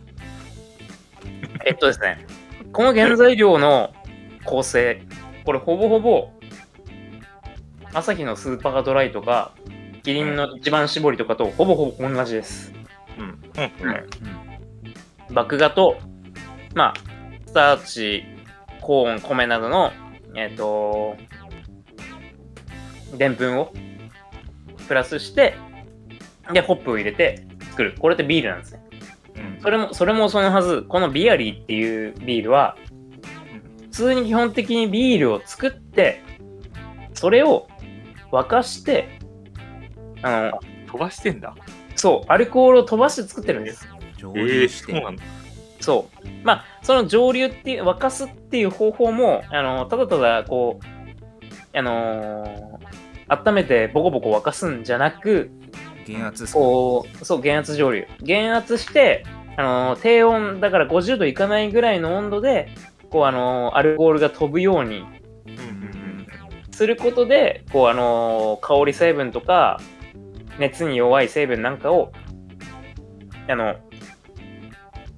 ですね、この原材料の構成、これほぼほぼアサヒのスーパードライとかキリンの一番搾りとかとほぼほぼ同じです。麦芽とスターチ、コーン、米などのでんぷんをプラスしてでホップを入れて作る。これってビールなんですね。それもそのはず、このビアリーっていうビールは普通に基本的にビールを作ってそれを沸かして飛ばしてんだ。 そう、アルコールを飛ばして作ってるんです。 蒸留して。 そうなんだ。 そう。その蒸留っていう沸かすっていう方法もただただこう温めてボコボコ沸かすんじゃなく、 減圧減圧蒸留。減圧して低温だから50度いかないぐらいの温度でアルコールが飛ぶようにすることで香り成分とか熱に弱い成分なんかを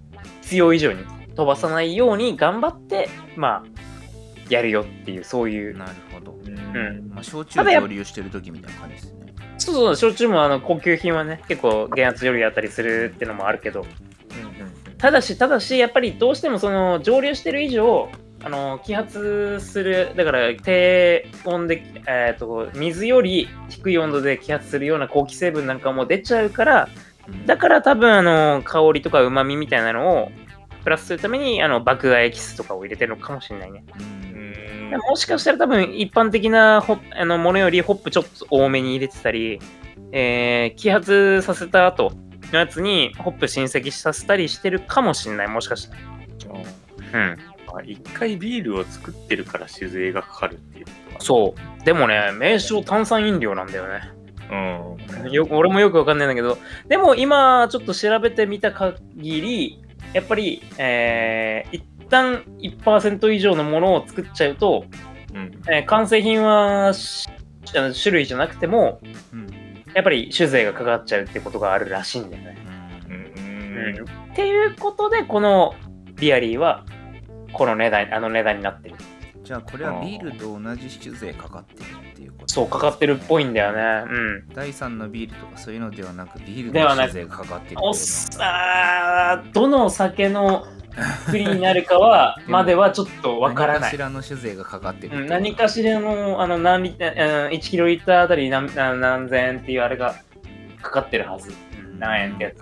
必要以上に飛ばさないように頑張って、まあ、やるよっていう、そういう。 なるほど。 まあ、 焼酎蒸留してる時みたいな感じですね。 そう、焼酎も高級品はね、結構減圧蒸留やったりするっていうのもあるけど、ただし、やっぱりどうしてもその蒸留してる以上、揮発する、だから低温で、水より低い温度で揮発するような香気成分なんかも出ちゃうから、だから多分香りとか旨味みたいなのをプラスするために麦芽エキスとかを入れてるのかもしれないね。もしかしたら多分一般的なものよりホップちょっと多めに入れてたり、揮発させた後のやつにホップ浸積させたりしてるかもしれない、もしかしたら。 一回ビールを作ってるから酒税がかかるっていうことは、 そう。でもね、名称炭酸飲料なんだよね。俺もよくわかんないんだけど、でも今ちょっと調べてみた限り、やっぱり、一旦 1% 以上のものを作っちゃうと、完成品は種類じゃなくても、やっぱり酒税がかかっちゃうってことがあるらしいんだよね。っていうことで、このビアリーはこの値段になってる。 じゃあこれはビールと同じ酒税かかってるっていうこと、 そうかかってるっぽいんだよね。 第3のビールとかそういうのではなくビールの酒税がかかってるってどの酒の国になるかはまではちょっとわからない。 何かしらの酒税がかかってる何かしらの1キロリッターあたり何千円っていうあれがかかってるはず。何円ってやつ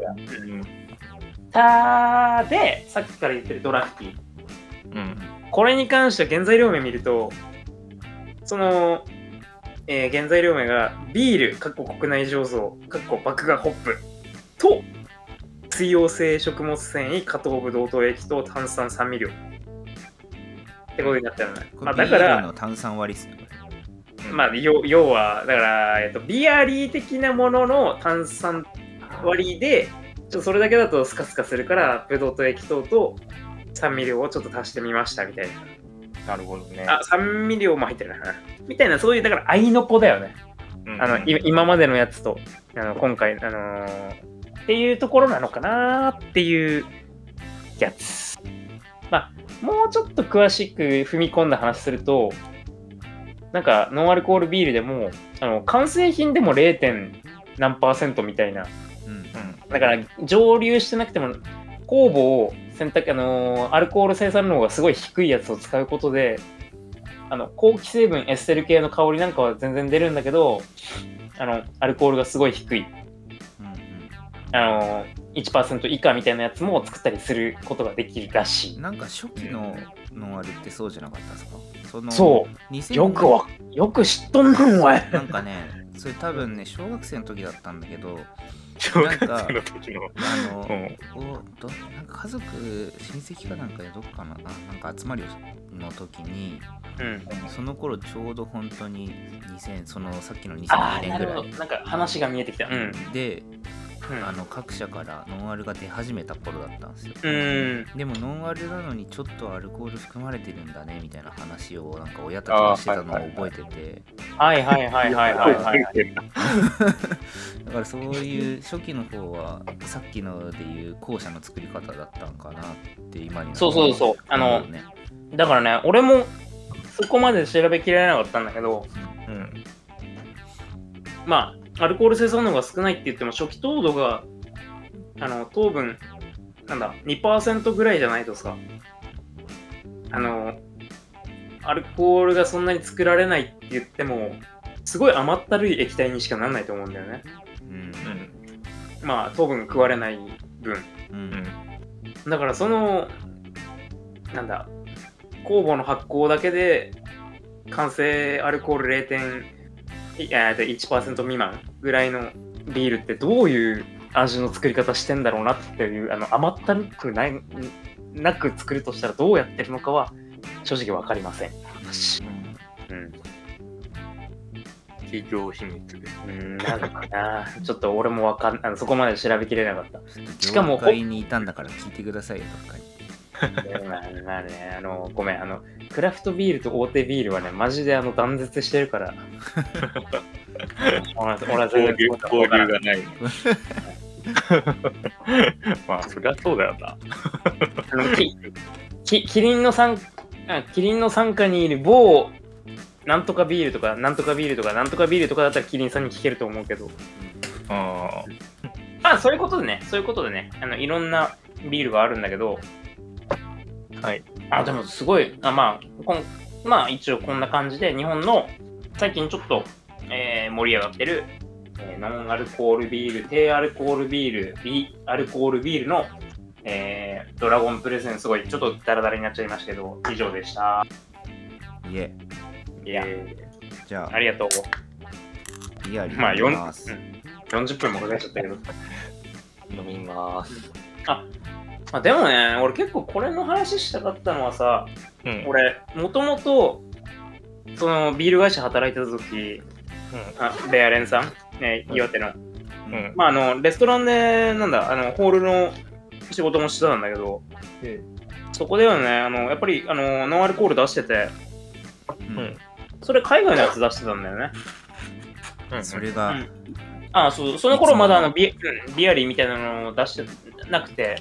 が。でさっきから言ってるドラフティー。これに関しては原材料名見ると、その、原材料名がビール、国内醸造、麦芽ホップと水溶性食物繊維、加糖ブドウ糖液と炭酸酸味料ってことになったよね。 だからビールの炭酸割りですね。 要はだからビアリー的なものの炭酸割りで、それだけだとスカスカするからブドウ糖液糖と酸味料をちょっと足してみましたみたいな。 なるほどね。 酸味料も入ってるな。みたいな、そういう、だから、合いの子だよね。今までのやつと、今回、っていうところなのかなっていうやつ。もうちょっと詳しく踏み込んだ話すると、なんか、ノンアルコールビールでも、完成品でも 0. 何%みたいな。だから、蒸留してなくても、酵母をアルコール生産量がすごい低いやつを使うことで、香気成分エステル系の香りなんかは全然出るんだけど、アルコールがすごい低い、1% 以下みたいなやつも作ったりすることができるらしい。 なんか初期のノンアルってそうじゃなかったですか？ そうよく知っとんなお前。 なんかね、それ多分ね小学生の時だったんだけど、 小学生の時のなんか家族親戚かなんかでどっかな、なんか集まりの時に、その頃ちょうど本当にそのさっきの2002年ぐらいなんか話が見えてきた。 で、各社からノンアルが出始めた頃だったんですよ。でもノンアルなのにちょっとアルコール含まれてるんだねみたいな話をなんか親たちがしてたのを覚えてて、だからそういう初期の方はさっきのでいう後者の作り方だったんかなって今に。 そうだからね、俺もそこまで調べきれなかったんだけど、アルコール生産量が少ないって言っても初期糖度が糖分2% ぐらいじゃないですか。アルコールがそんなに作られないって言ってもすごい甘ったるい液体にしかならないと思うんだよね。糖分が食われない分、だからその酵母の発酵だけで完成アルコール 0.1% 未満ぐらいのビールってどういう味の作り方してんだろうなっていう、甘ったるくなく作るとしたらどうやってるのかは正直わかりません。 企業秘密です。 なのかな。ちょっと俺もそこまで調べきれなかった。 しかも業界にいたんだから聞いてくださいよ、どっかに。 ごめん、クラフトビールと大手ビールはね、マジで断絶してるから。俺は交流がない。 まあそりゃそうだよな。 キリンの傘下にいる某なんとかビールとかなんとかビールとかなんとかビールとかだったらキリンさんに聞けると思うけど、まあそういうことでねいろんなビールがあるんだけど、 はい。 でもすごいまあ一応こんな感じで日本の最近ちょっと、盛り上がってる、ノンアルコールビール、低アルコールビール、微アルコールビールの、ドラゴンプレゼン、すごいちょっとダラダラになっちゃいましたけど、以上でした。 いえ。じゃあありがとう。 リアル飲みます。 40分もかかっちゃったけど。 飲みます。 でもね、俺結構これの話したかったのはさ、俺、もともと、そのビール会社働いてた時、ベアレンさん、岩手の、レストランで、ホールの仕事もしてたんだけど、そこではね、やっぱり、ノンアルコール出してて、それ海外のやつ出してたんだよね。 それが、 そう、その頃まだビアリーみたいなのを出してなくて、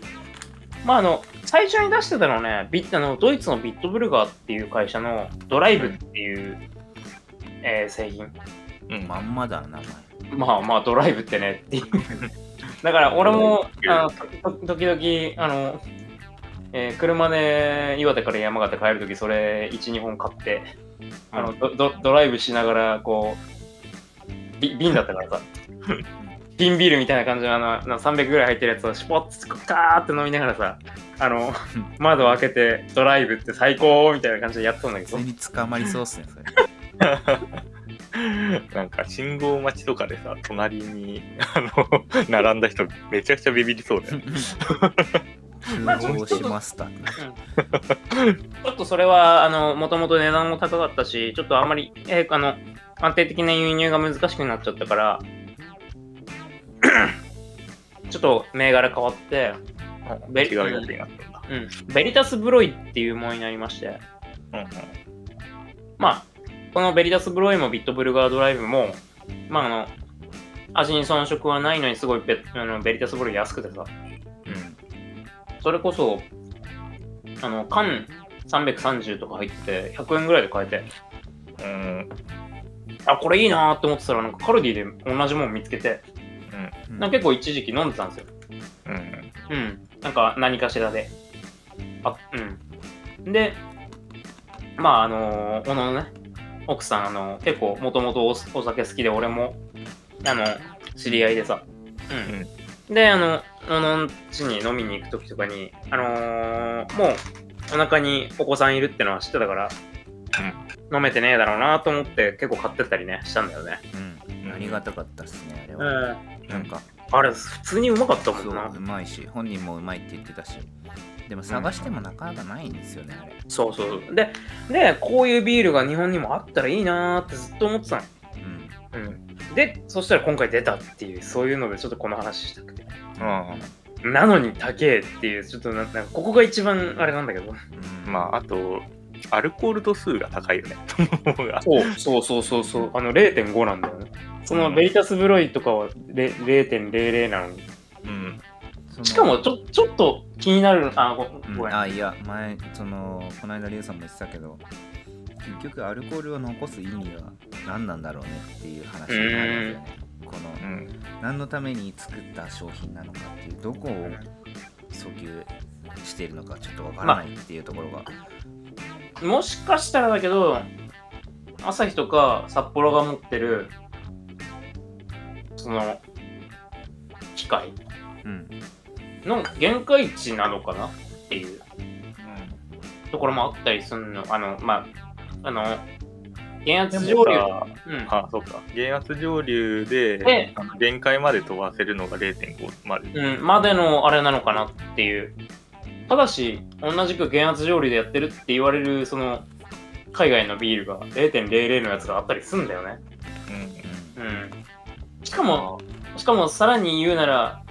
最初に出してたのはね、ドイツのビットブルガーっていう会社のドライブっていう、製品。 まんまだ名前。ドライブってねっていう。だから俺も時々車で岩手から山形帰るときそれ 1,2 本買ってドライブしながらこう瓶だったからさ瓶ビールみたいな感じの300ぐらい入ってるやつをシュポッとカーって飲みながらさ窓を開けてドライブって最高みたいな感じでやってたんだけど普通に捕まりそうっすねそれなんか信号待ちとかでさ隣に並んだ人めちゃくちゃビビりそうだよ通報しましたちょっとそれはもともと値段も高かったしちょっとあんまり、安定的な輸入が難しくなっちゃったからちょっと銘柄変わって違うやつになったんだ、 ベリタスブロイっていうものになりまして、このベリタスブロイもビットブルガードライブも味に遜色はないのにすごいベリタスブロイ安くてさ、それこそ缶330とか入ってて100円ぐらいで買えてこれいいなーって思ってたらカルディで同じもの見つけて、結構一時期飲んでたんですよ。何かしらでで小野のね奥さん結構もともとお酒好きで俺も知り合いでさ、で小野ん家に飲みに行く時とかにもうお腹にお子さんいるってのは知ってたから、飲めてねえだろうなと思って結構買ってったりねしたんだよね。 ありがたかったっすねあれは、なんかあれ普通にうまかったもんな。 うまいし本人もうまいって言ってたしでも探してもなかなかないんですよねあれ。 そうでこういうビールが日本にもあったらいいなーってずっと思ってたの。でそしたら今回出たっていうそういうのでちょっとこの話したくて、なのに高えっていうちょっとなんかここが一番あれなんだけど、 あとアルコール度数が高いよねそう 0.5 なんだよね。そのベリタスブロイとかは 0.00 なのに、しかもちょっと気になるいや前この間リュウさんも言ってたけど結局アルコールを残す意味が何なんだろうねっていう話になるんだよね。この、何のために作った商品なのかっていうどこを訴求しているのかちょっとわからないっていうところが、 もしかしたらだけどアサヒとか札幌が持ってるその機械の限界値なのかなっていうところもあったりするの。減圧蒸留そうか減圧蒸留で限界まで飛ばせるのが 0.5 まで、 までのあれなのかなっていう。ただし同じく減圧蒸留でやってるって言われるその海外のビールが 0.00 のやつがあったりするんだよね。しかもさらに言うなら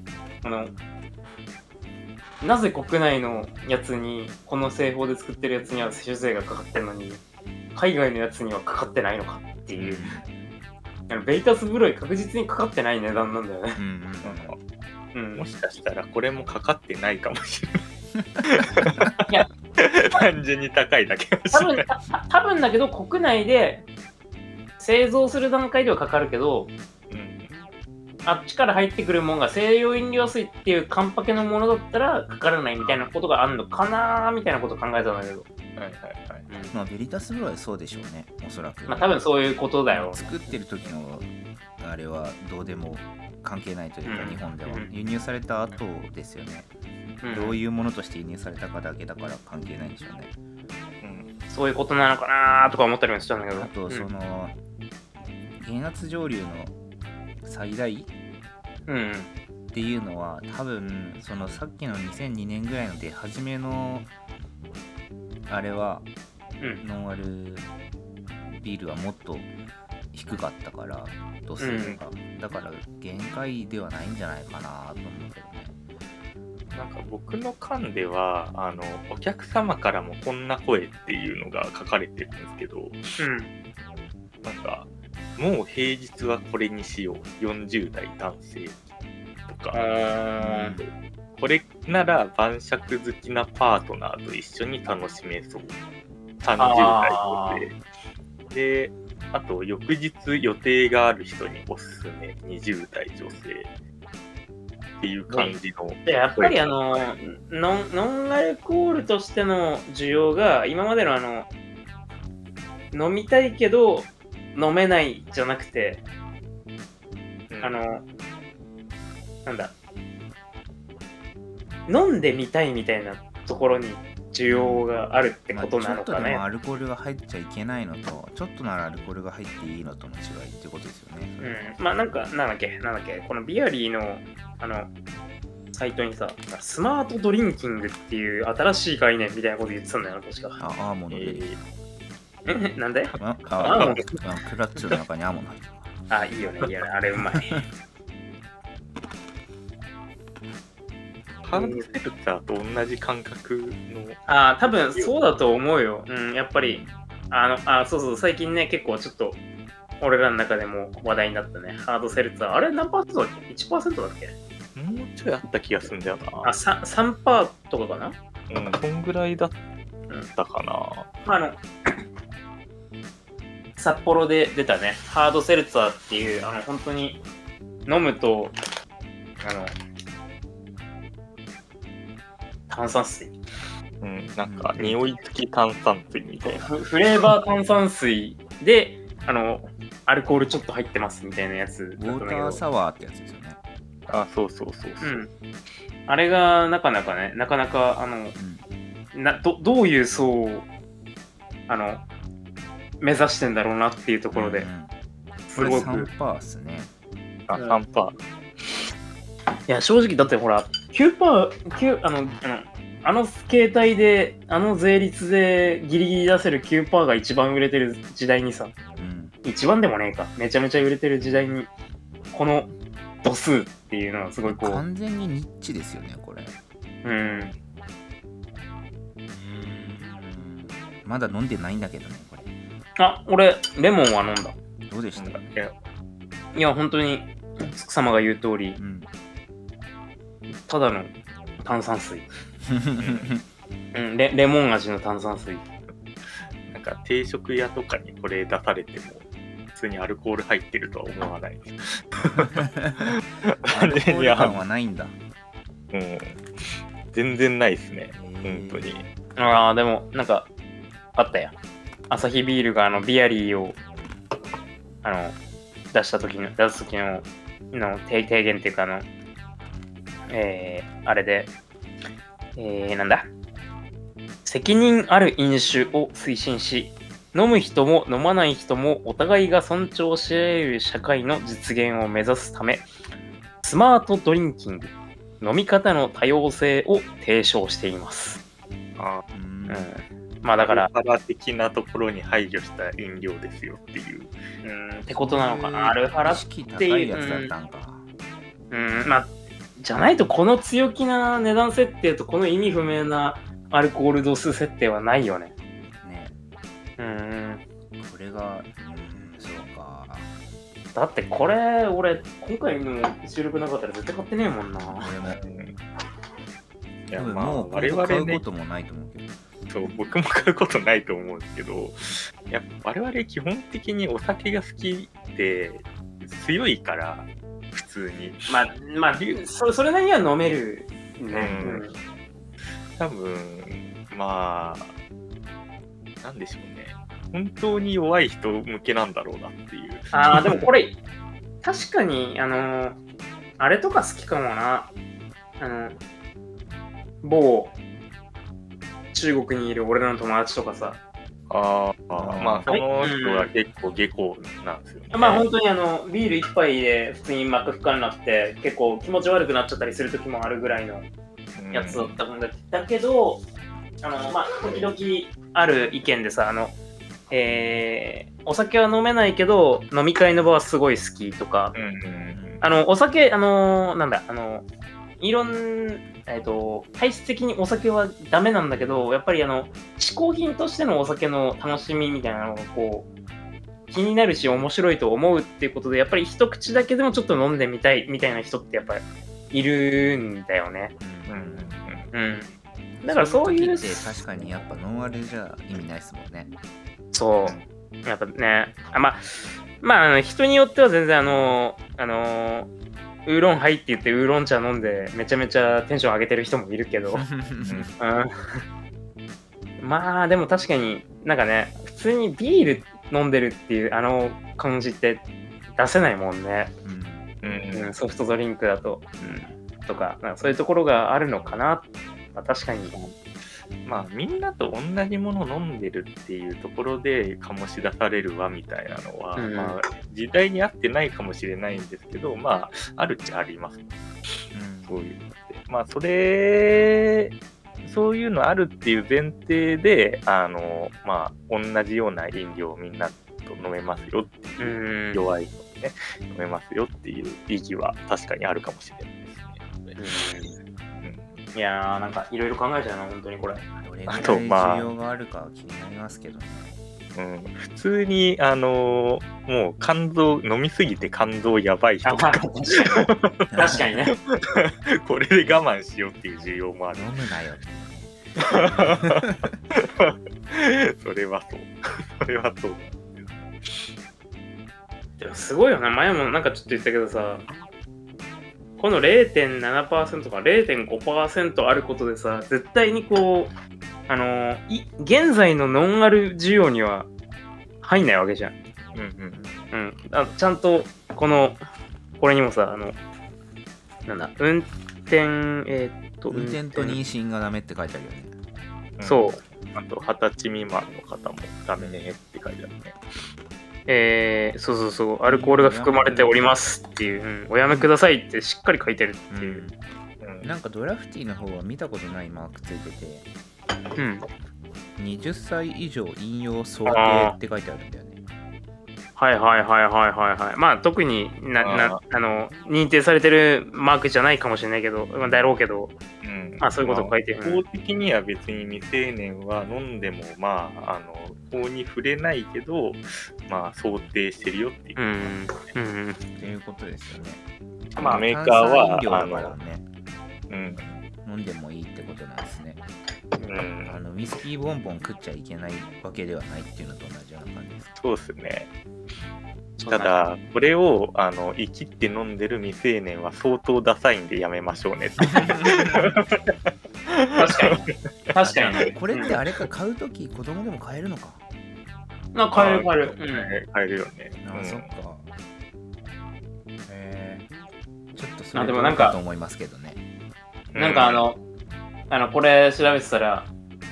なぜ国内のやつにこの製法で作ってるやつには酒税がかかってるのに海外のやつにはかかってないのかっていうベリタスブロイ確実にかかってない値段なんだよね。 もしかしたらこれもかかってないかもしれない。いや単純に高いだけかもしれない。 多分だけど国内で製造する段階ではかかるけど、あっちから入ってくるものが西洋飲料水っていうカンパケのものだったらかからないみたいなことがあるのかなみたいなことを考えたんだけど。 まあベリタスブロイはそうでしょうね、おそらく。 まあ多分そういうことだよ。 作ってる時のあれはどうでも関係ないというか、日本では輸入された後ですよね。どういうものとして輸入されたかだけだから関係ないんでしょうね。 そういうことなのかなとか思ったりもしたんだけど。 あとその、減圧蒸留の最大っていうのは多分そのさっきの2002年ぐらいの出始めのあれは、ノンアルビールはもっと低かったから度数が、だから限界ではないんじゃないかなと思うけどね。 なんか僕の缶ではお客様からもこんな声っていうのが書かれてるんですけど、なんかもう平日はこれにしよう40代男性とか、これなら晩酌好きなパートナーと一緒に楽しめそう30代女性で、あと翌日予定がある人におすすめ20代女性っていう感じの、 やっぱりノンアルコールとしての需要が今までの飲みたいけど飲めないじゃなくて、なんだ、飲んでみたいみたいなところに需要があるってことなのかね。 ちょっとでもアルコールが入っちゃいけないのと、ちょっとならアルコールが入っていいのとの違いってことですよね。 まあなんだっけこのビアリーのサイトにさ、スマートドリンキングっていう新しい概念みたいなこと言ってたんだよな、確か。 アーモンドで。 なんで？ クラッチの中にアーモンド入ってる。 いいよね、あれうまい。 ハードセルツァーと同じ感覚の。 多分そうだと思うよ。やっぱり、そう、最近ね、結構ちょっと、俺らの中でも話題になったね。ハードセルツァー。あれ何パーセントだっけ？ 1% だっけ？ もうちょいあった気がするんだよな。 3% とかかな？ そんぐらいだったかな。 札幌で出たね、ハードセルツァーっていう、本当に飲むと、炭酸水。 なんか、匂い付き炭酸水みたいな。 フレーバー炭酸水で、アルコールちょっと入ってますみたいなやつ。 ウォーターサワーってやつですよね。 そう。 あれがなかなかどういう層を目指してんだろうなっていうところで、 すごく 3% っすね。 3%。 いや正直だってほら 9%、携帯で税率でギリギリ出せる 9% が一番売れてる時代にさ、一番でもねえか、めちゃめちゃ売れてる時代にこの度数っていうのはすごいこう完全にニッチですよねこれ。まだ飲んでないんだけどねこれ。 俺レモンは飲んだ。 どうでした？ いや本当につく様が言う通り、ただの炭酸水。レモン味の炭酸水。 なんか定食屋とかにこれ出されても普通にアルコール入ってるとは思わない。 アルコール感はないんだ。 全然ないですね。本当に。 でもなんかあったや。アサヒビールがビアリーを出す時の提言っていうかあれでなんだ、責任ある飲酒を推進し、飲む人も飲まない人もお互いが尊重し合える社会の実現を目指すため、スマートドリンキング、飲み方の多様性を提唱しています。まあだからアルハラ的なところに配慮した飲料ですよっていうってことなのかな。アルハラっていうやつだったんか。 まあじゃないとこの強気な値段設定とこの意味不明なアルコール度数設定はないよね。 これがそうか。 だってこれ、俺、今回の収録なかったら絶対買ってねえもんな。 俺も。 いや、 もう我々買うこともないと思うけど。 そう、僕も買うことないと思うんですけど、やっぱ我々基本的にお酒が好きで強いから、普通に。 まあ、それなりには飲めるね。 多分、まあ、なんでしょうね。本当に弱い人向けなんだろうなっていう。 でもこれ、確かに、あれとか好きかもな。某、中国にいる俺らの友達とかさ。 まあ、その人は結構下校なんですよね。 まあ、本当にビール一杯で普通に真っ赤になって、結構気持ち悪くなっちゃったりする時もあるぐらいのやつだったもんだけど、まあ、時々ある意見でさ、お酒は飲めないけど飲み会の場はすごい好きとか、お酒なんだ体質的にお酒はダメなんだけど、やっぱり嗜好品としてのお酒の楽しみみたいなのがこう気になるし面白いと思うっていうことで、やっぱり一口だけでもちょっと飲んでみたいみたいな人ってやっぱりいるんだよね。だからそういう時って確かにやっぱノンアルじゃ意味ないですもんね。 そうやっぱね、まあ人によっては全然ウーロンハイって言ってウーロン茶飲んでめちゃめちゃテンション上げてる人もいるけどまあでも確かになんかね、普通にビール飲んでるっていう感じって出せないもんね。ソフトドリンクだと、とかそういうところがあるのかな。確かに。 まあみんなと同じものを飲んでるっていうところで醸し出されるわみたいなのは、まあ時代に合ってないかもしれないんですけど、まああるっちゃありますね。そういうのって。まあそういうのあるっていう前提で、まあ同じような飲料をみんなと飲めますよっていう、弱いのね、飲めますよっていう意義は確かにあるかもしれないですね。 いやー、なんかいろいろ考えちゃうな、本当にこれ。 どれぐらい需要があるか気になりますけどね。 普通にもう肝臓飲みすぎて肝臓やばい人とか確かにねこれで我慢しようっていう需要もある。 飲むなよそれはそうでもすごいよな。前もなんかちょっと言ったけどさ、この 0.7% か 0.5% あることでさ、絶対にこう現在のノンアル需要には入んないわけじゃん。ちゃんとこれにもさ、なんだ、運転と妊娠がダメって書いてあるよね。 そう。 あと20歳未満の方もダメねって書いてあるね。 そう、アルコールが含まれておりますっていう、おやめくださいってしっかり書いてるっていう。 なんかドラフティーの方は見たことないマークついてて、20歳以上引用想定って書いてあるんだよね。 はい。まあ特に認定されてるマークじゃないかもしれないけど、だろうけど、まあそういうこと書いてる。 法的には別に未成年は飲んでもまあ法に触れないけど、まあ想定してるよっていう、 っていうことですよね。 まあメーカーは飲んでもいいってことなんですね。ウイスキーボンボン食っちゃいけないわけではないっていうのと同じような感じです。 そうですね。ただこれを生きって飲んでる未成年は相当ダサいんでやめましょうねって確かにこれってあれか、買うとき子供でも買えるのか。 買える買えるよね。 そっか。ちょっとそれどうかと思いますけどね。 なんかこれ調べてたら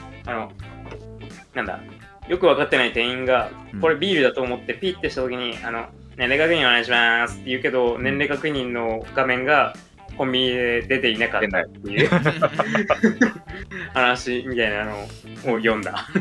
なんだ、よく分かってない店員がこれビールだと思ってピッてした時に年齢確認お願いしますって言うけど、年齢確認の画面がコンビニで出ていなかったっていう話みたいなのを読んだ。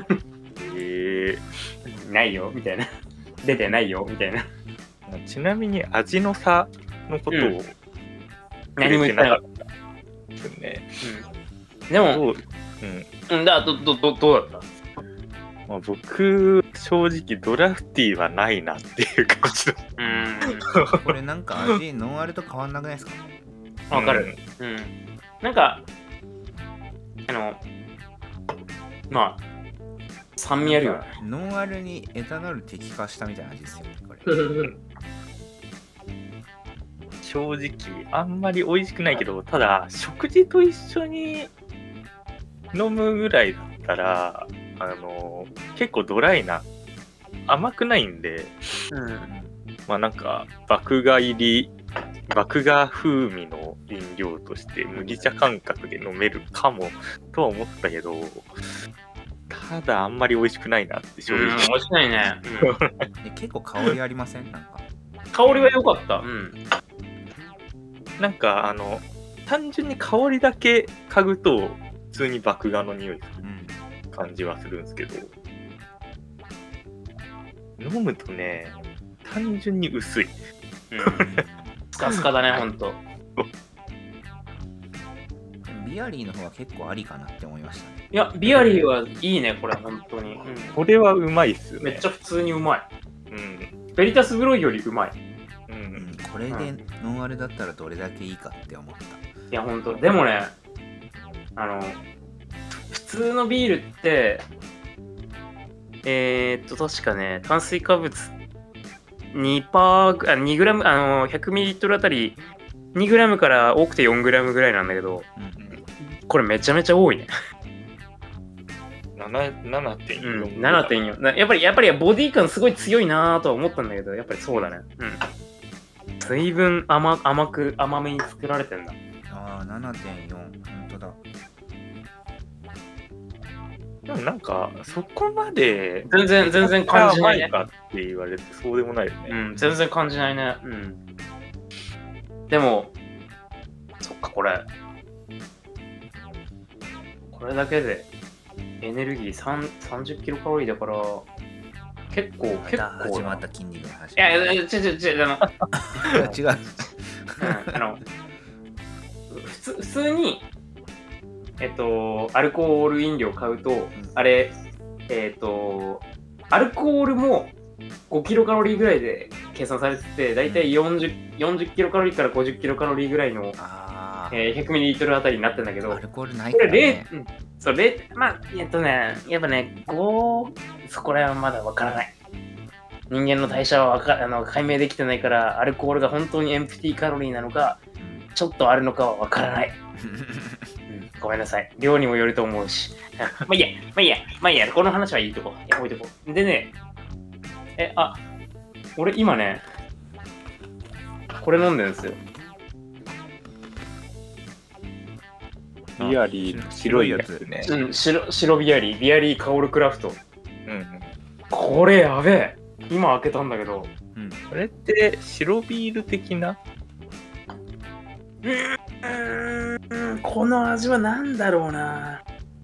ないよみたいな、出てないよみたいな。 ちなみに味の差のことを何も言ってなかったですね。でもどうだった？ まあ、僕正直ドラフティーはないなっていう感じだ。 これなんか味ノンアルと変わんなくないですか？ わかる。なんかまあ酸味あるよ。 ノンアルにエタノール適化したみたいな味ですよねこれ。 正直あんまり美味しくないけど、ただ食事と一緒に飲むぐらいだったら結構ドライな甘くないんで、まあなんか麦芽風味の飲料として麦茶感覚で飲めるかもとは思ったけど、ただあんまり美味しくないなって正直。 美味しくないね。 結構香りありません？なんか香りは良かった。 なんか単純に香りだけ嗅ぐと普通に麦芽の匂いする感じはするんですけど、飲むとね単純に薄い。 スカスカだねほんと。 ビアリーの方が結構ありかなって思いましたね。 いやビアリーはいいねこれ本当に。 これはうまいっすね。 めっちゃ普通にうまい。ベリタスブロイよりうまい。 これでノンアルだったらどれだけいいかって思った。 いやほんとでもね普通のビールって確かね炭水化物2グラム100ミリリットルあたり2グラムから多くて4グラムぐらいなんだけど、これめちゃめちゃ多いね。 7.4。 7.4。やっぱりボディ感すごい強いなとは思ったんだけど、やっぱりそうだね。随分甘めに作られてんだ。 ああ、7.4。本当だ。 でもなんかそこまで全然感じないね。 かって言われてそうでもないよね。 全然感じないね。でもそっかこれだけでエネルギー30キロカロリーだから結構始まった筋肉の話。 いや違う違う。 普通にアルコール飲料買うと、あれアルコールも5キロカロリーぐらいで計算されてて、だいたい40キロカロリーから50キロカロリーぐらいの100ミリリットルあたりになってんだけど、 アルコールないからね。 そっぱねそこら辺はまだわからない。人間の代謝は解明できてないから、アルコールが本当にエンプティカロリーなのかちょっとあるのかはわからない。ごめんなさい。量にもよると思うし。まあいいや。この話はいいとこ。置いとこう。でね、俺今ね、これ飲んでるんですよ。 ビアリーの白いやつね。 白ビアリー香るクラフト。これやべえ。今開けたんだけど。 これって白ビール的な？ この味はなんだろうな。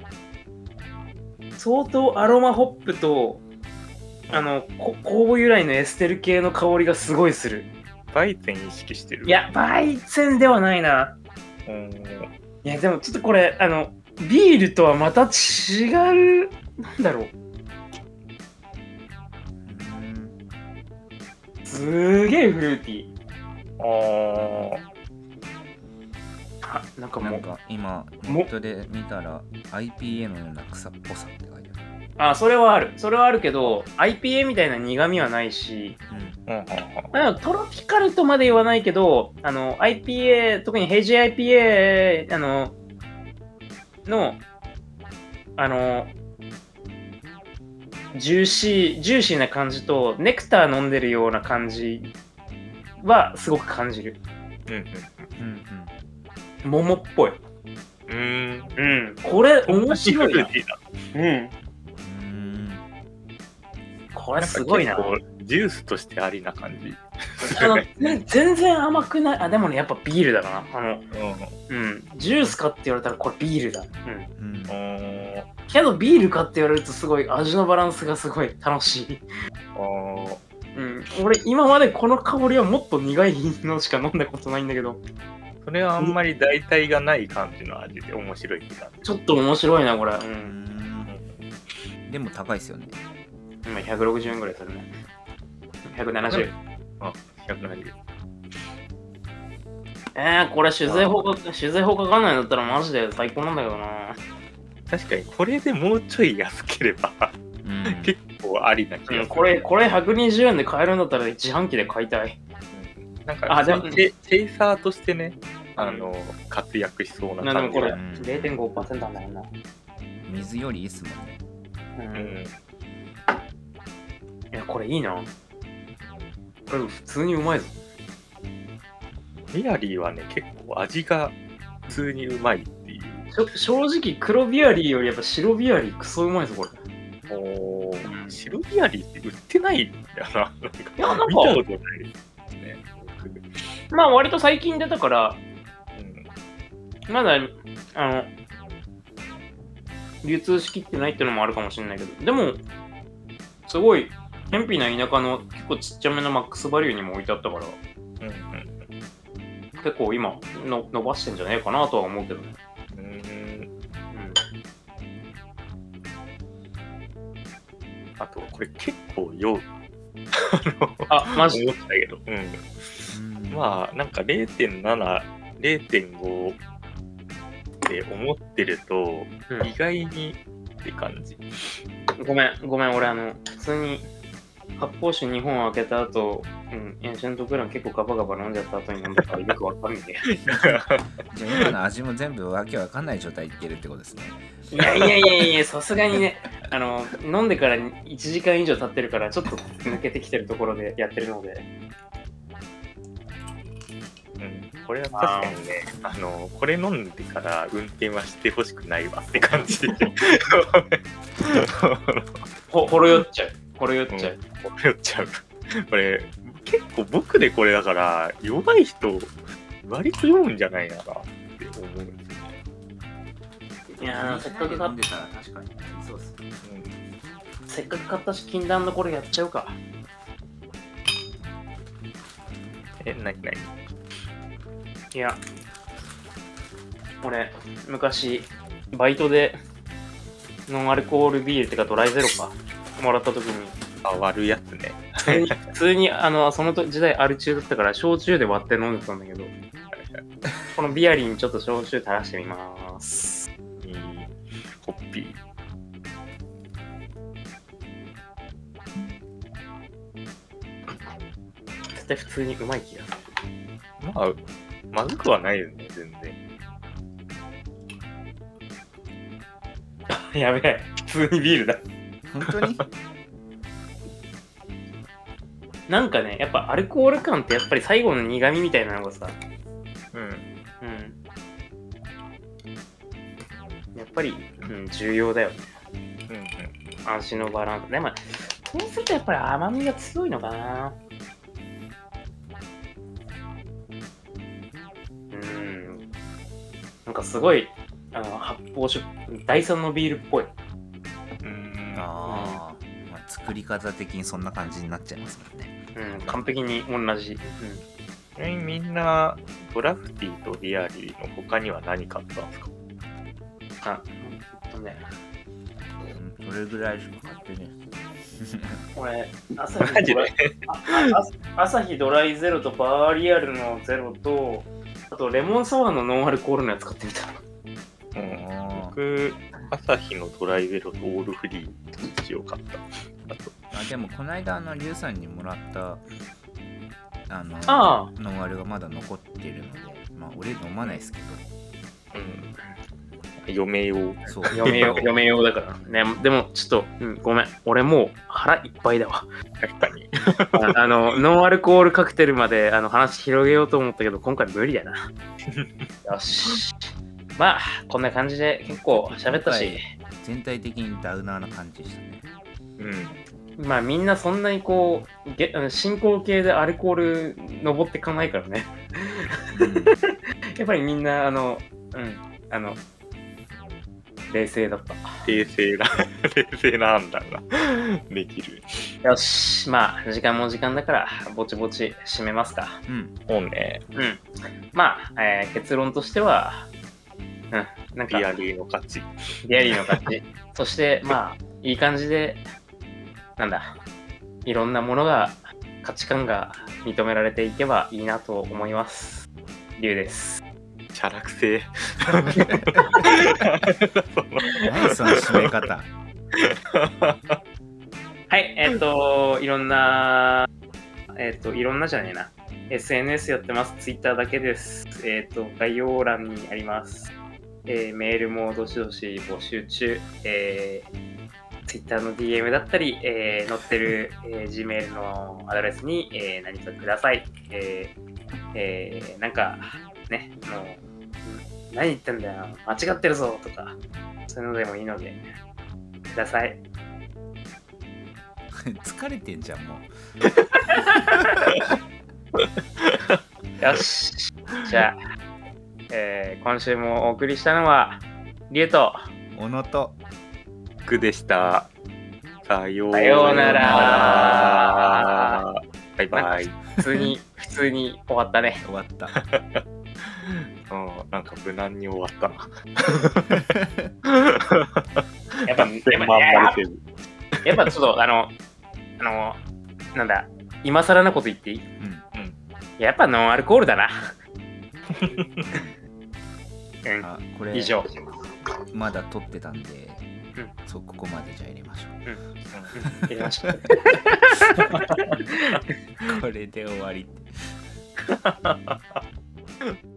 相当アロマホップと酵母由来のエステル系の香りがすごいする。 バイゼン意識してる？ いやバイゼンではないな。いやでもちょっとこれビールとはまた違う。なんだろう。すげえフルーティー。なんか今ネットで見たら IPA のような草っぽさって書いてある。それはあるけど IPA みたいな苦味はないし、トロピカルとまで言わないけどIPA 特にヘイジ IPA のジューシーな感じとネクター飲んでるような感じはすごく感じる。桃っぽい。これ面白いな。これすごいな。 ジュースとしてありな感じ。 全然甘くない。でもねやっぱビールだな。ジュースかって言われたらこれビールだ。けどビールかって言われるとすごい味のバランスがすごい楽しい。俺今までこの香りはもっと苦いのしか飲んだことないんだけど。 それはあんまり代替がない感じの味で面白いって感じ。 ちょっと面白いなこれ。 でも高いですよね。 今160円ぐらいするね。170。 あ、170。 これ酒税法かかんないんだったらマジで最高なんだけどな。 確かにこれでもうちょい安ければ、結構ありな気がする。 これ120円で買えるんだったら自販機で買いたい。 なんかチェイサーとしてね、活躍しそうな感じ。 でもこれ 0.5% なんだよな。 水よりいいっすもんね。 いや、これいいな。これ普通にうまいぞ。 ビアリーはね、結構味が普通にうまいっていう。 正直黒ビアリーよりやっぱ白ビアリークソうまいぞ、これ。 白ビアリーって売ってないんだよな。 いや、なんか見たことないですね。 まあ割と最近出たから、まだ流通しきってないっていうのもあるかもしれないけど、でもすごい偏僻な田舎の結構ちっちゃめのマックスバリューにも置いてあったから、結構今伸ばしてんじゃねえかなとは思うけどね。 あとこれ結構酔う。 マジ思ったけど。まあなんか 0.7、0.5 って思ってると、意外にって感じ。 ごめん、俺普通に発泡酒2本開けた後、エンシェントクラン結構ガバガバ飲んじゃった後に飲んだからよくわかるんで。 じゃあ今の味も全部わけわかんない状態いってるってことですね。 いや、さすがにね、飲んでから1時間以上経ってるから、ちょっと抜けてきてるところでやってるので。 これは確かにね、これ飲んでから運転はしてほしくないわって感じ。 ほろ酔っちゃう。 これ結構僕でこれだから弱い人割と酔うんじゃないかなって思うんですよね。 いやー、せっかく買飲んでたら確かにそうっす。 せっかく買ったし禁断のこれやっちゃうか。 何いや、俺昔バイトでノンアルコールビールってかドライゼロかもらった時に割るやつね。 普通にその時代アル中だったから焼酎で割って飲んでたんだけど、このビアリーにちょっと焼酎垂らしてみます。 ホッピー。 絶対普通にうまい気がする。 まあまずくはないよね、全然。やべえ、普通にビールだ。 本当になんかね、やっぱアルコール感ってやっぱり最後の苦味みたいなのがさ、やっぱり、重要だよね。安心のバランス。でも、そうするとやっぱり甘みが強いのかな。なんかすごい発泡酒第3のビールっぽい。 作り方的にそんな感じになっちゃいますもんね。 完璧に同じ。 みんなドラフティーとビアリーの他には何買ったんですか？ それぐらいしか買ってね。 俺朝日ドライゼロとバーリアルのゼロと、あとレモンサワーのノンアルコールのやつ買ってみた。 僕朝日のドライゼロとオールフリーと一応買った。 でもこの間リュウさんにもらったノンアルがまだ残ってるので、まあ俺飲まないですけど。 嫁用。 そう。 嫁用だからね。でもちょっと、ごめん。俺もう腹いっぱいだわ。 確かに。 ノンアルコールカクテルまで話広げようと思ったけど、今回無理だな。よし。まあ、こんな感じで結構喋ったし。 全体的にダウナーな感じでしたね。 まあみんなそんなにこう進行形でアルコール登ってかないからね。やっぱりみんな冷静だった。 冷静な判断ができる。 よし、まあ時間も時間だからぼちぼち締めますか。 そうね。 まあ、結論としては、なんかビアリーの勝ち。 ビアリーの勝ち。そしてまあいい感じで、なんだ、いろんなものが、価値観が認められていけばいいなと思います。リュウです。 チャラくせえ。 何その締め方。 はい、いろんな、いろんなじゃねえな。SNS やってます。Twitter だけです。概要欄にあります。メールもどしどし募集中。Twitter の DM だったり、載ってる、Gmail のアドレスに、何かください。なんか、ね、もう、何言ってんだよ、間違ってるぞとか、そういうのでもいいので、ください。 疲れてんじゃん、もう。よし。じゃあ、今週もお送りしたのは、リュウと、 小野と、 福でした。さようなら。 バイバイ。 普通に終わったね。 終わった。 なんか無難に終わったな。 やっぱちょっとなんだ、今更なこと言っていい？やっぱノンアルコールだな。 これ以上。 まだ撮ってたんで、ここまでじゃ入れましょう。 入れましょう。 これで終わりって。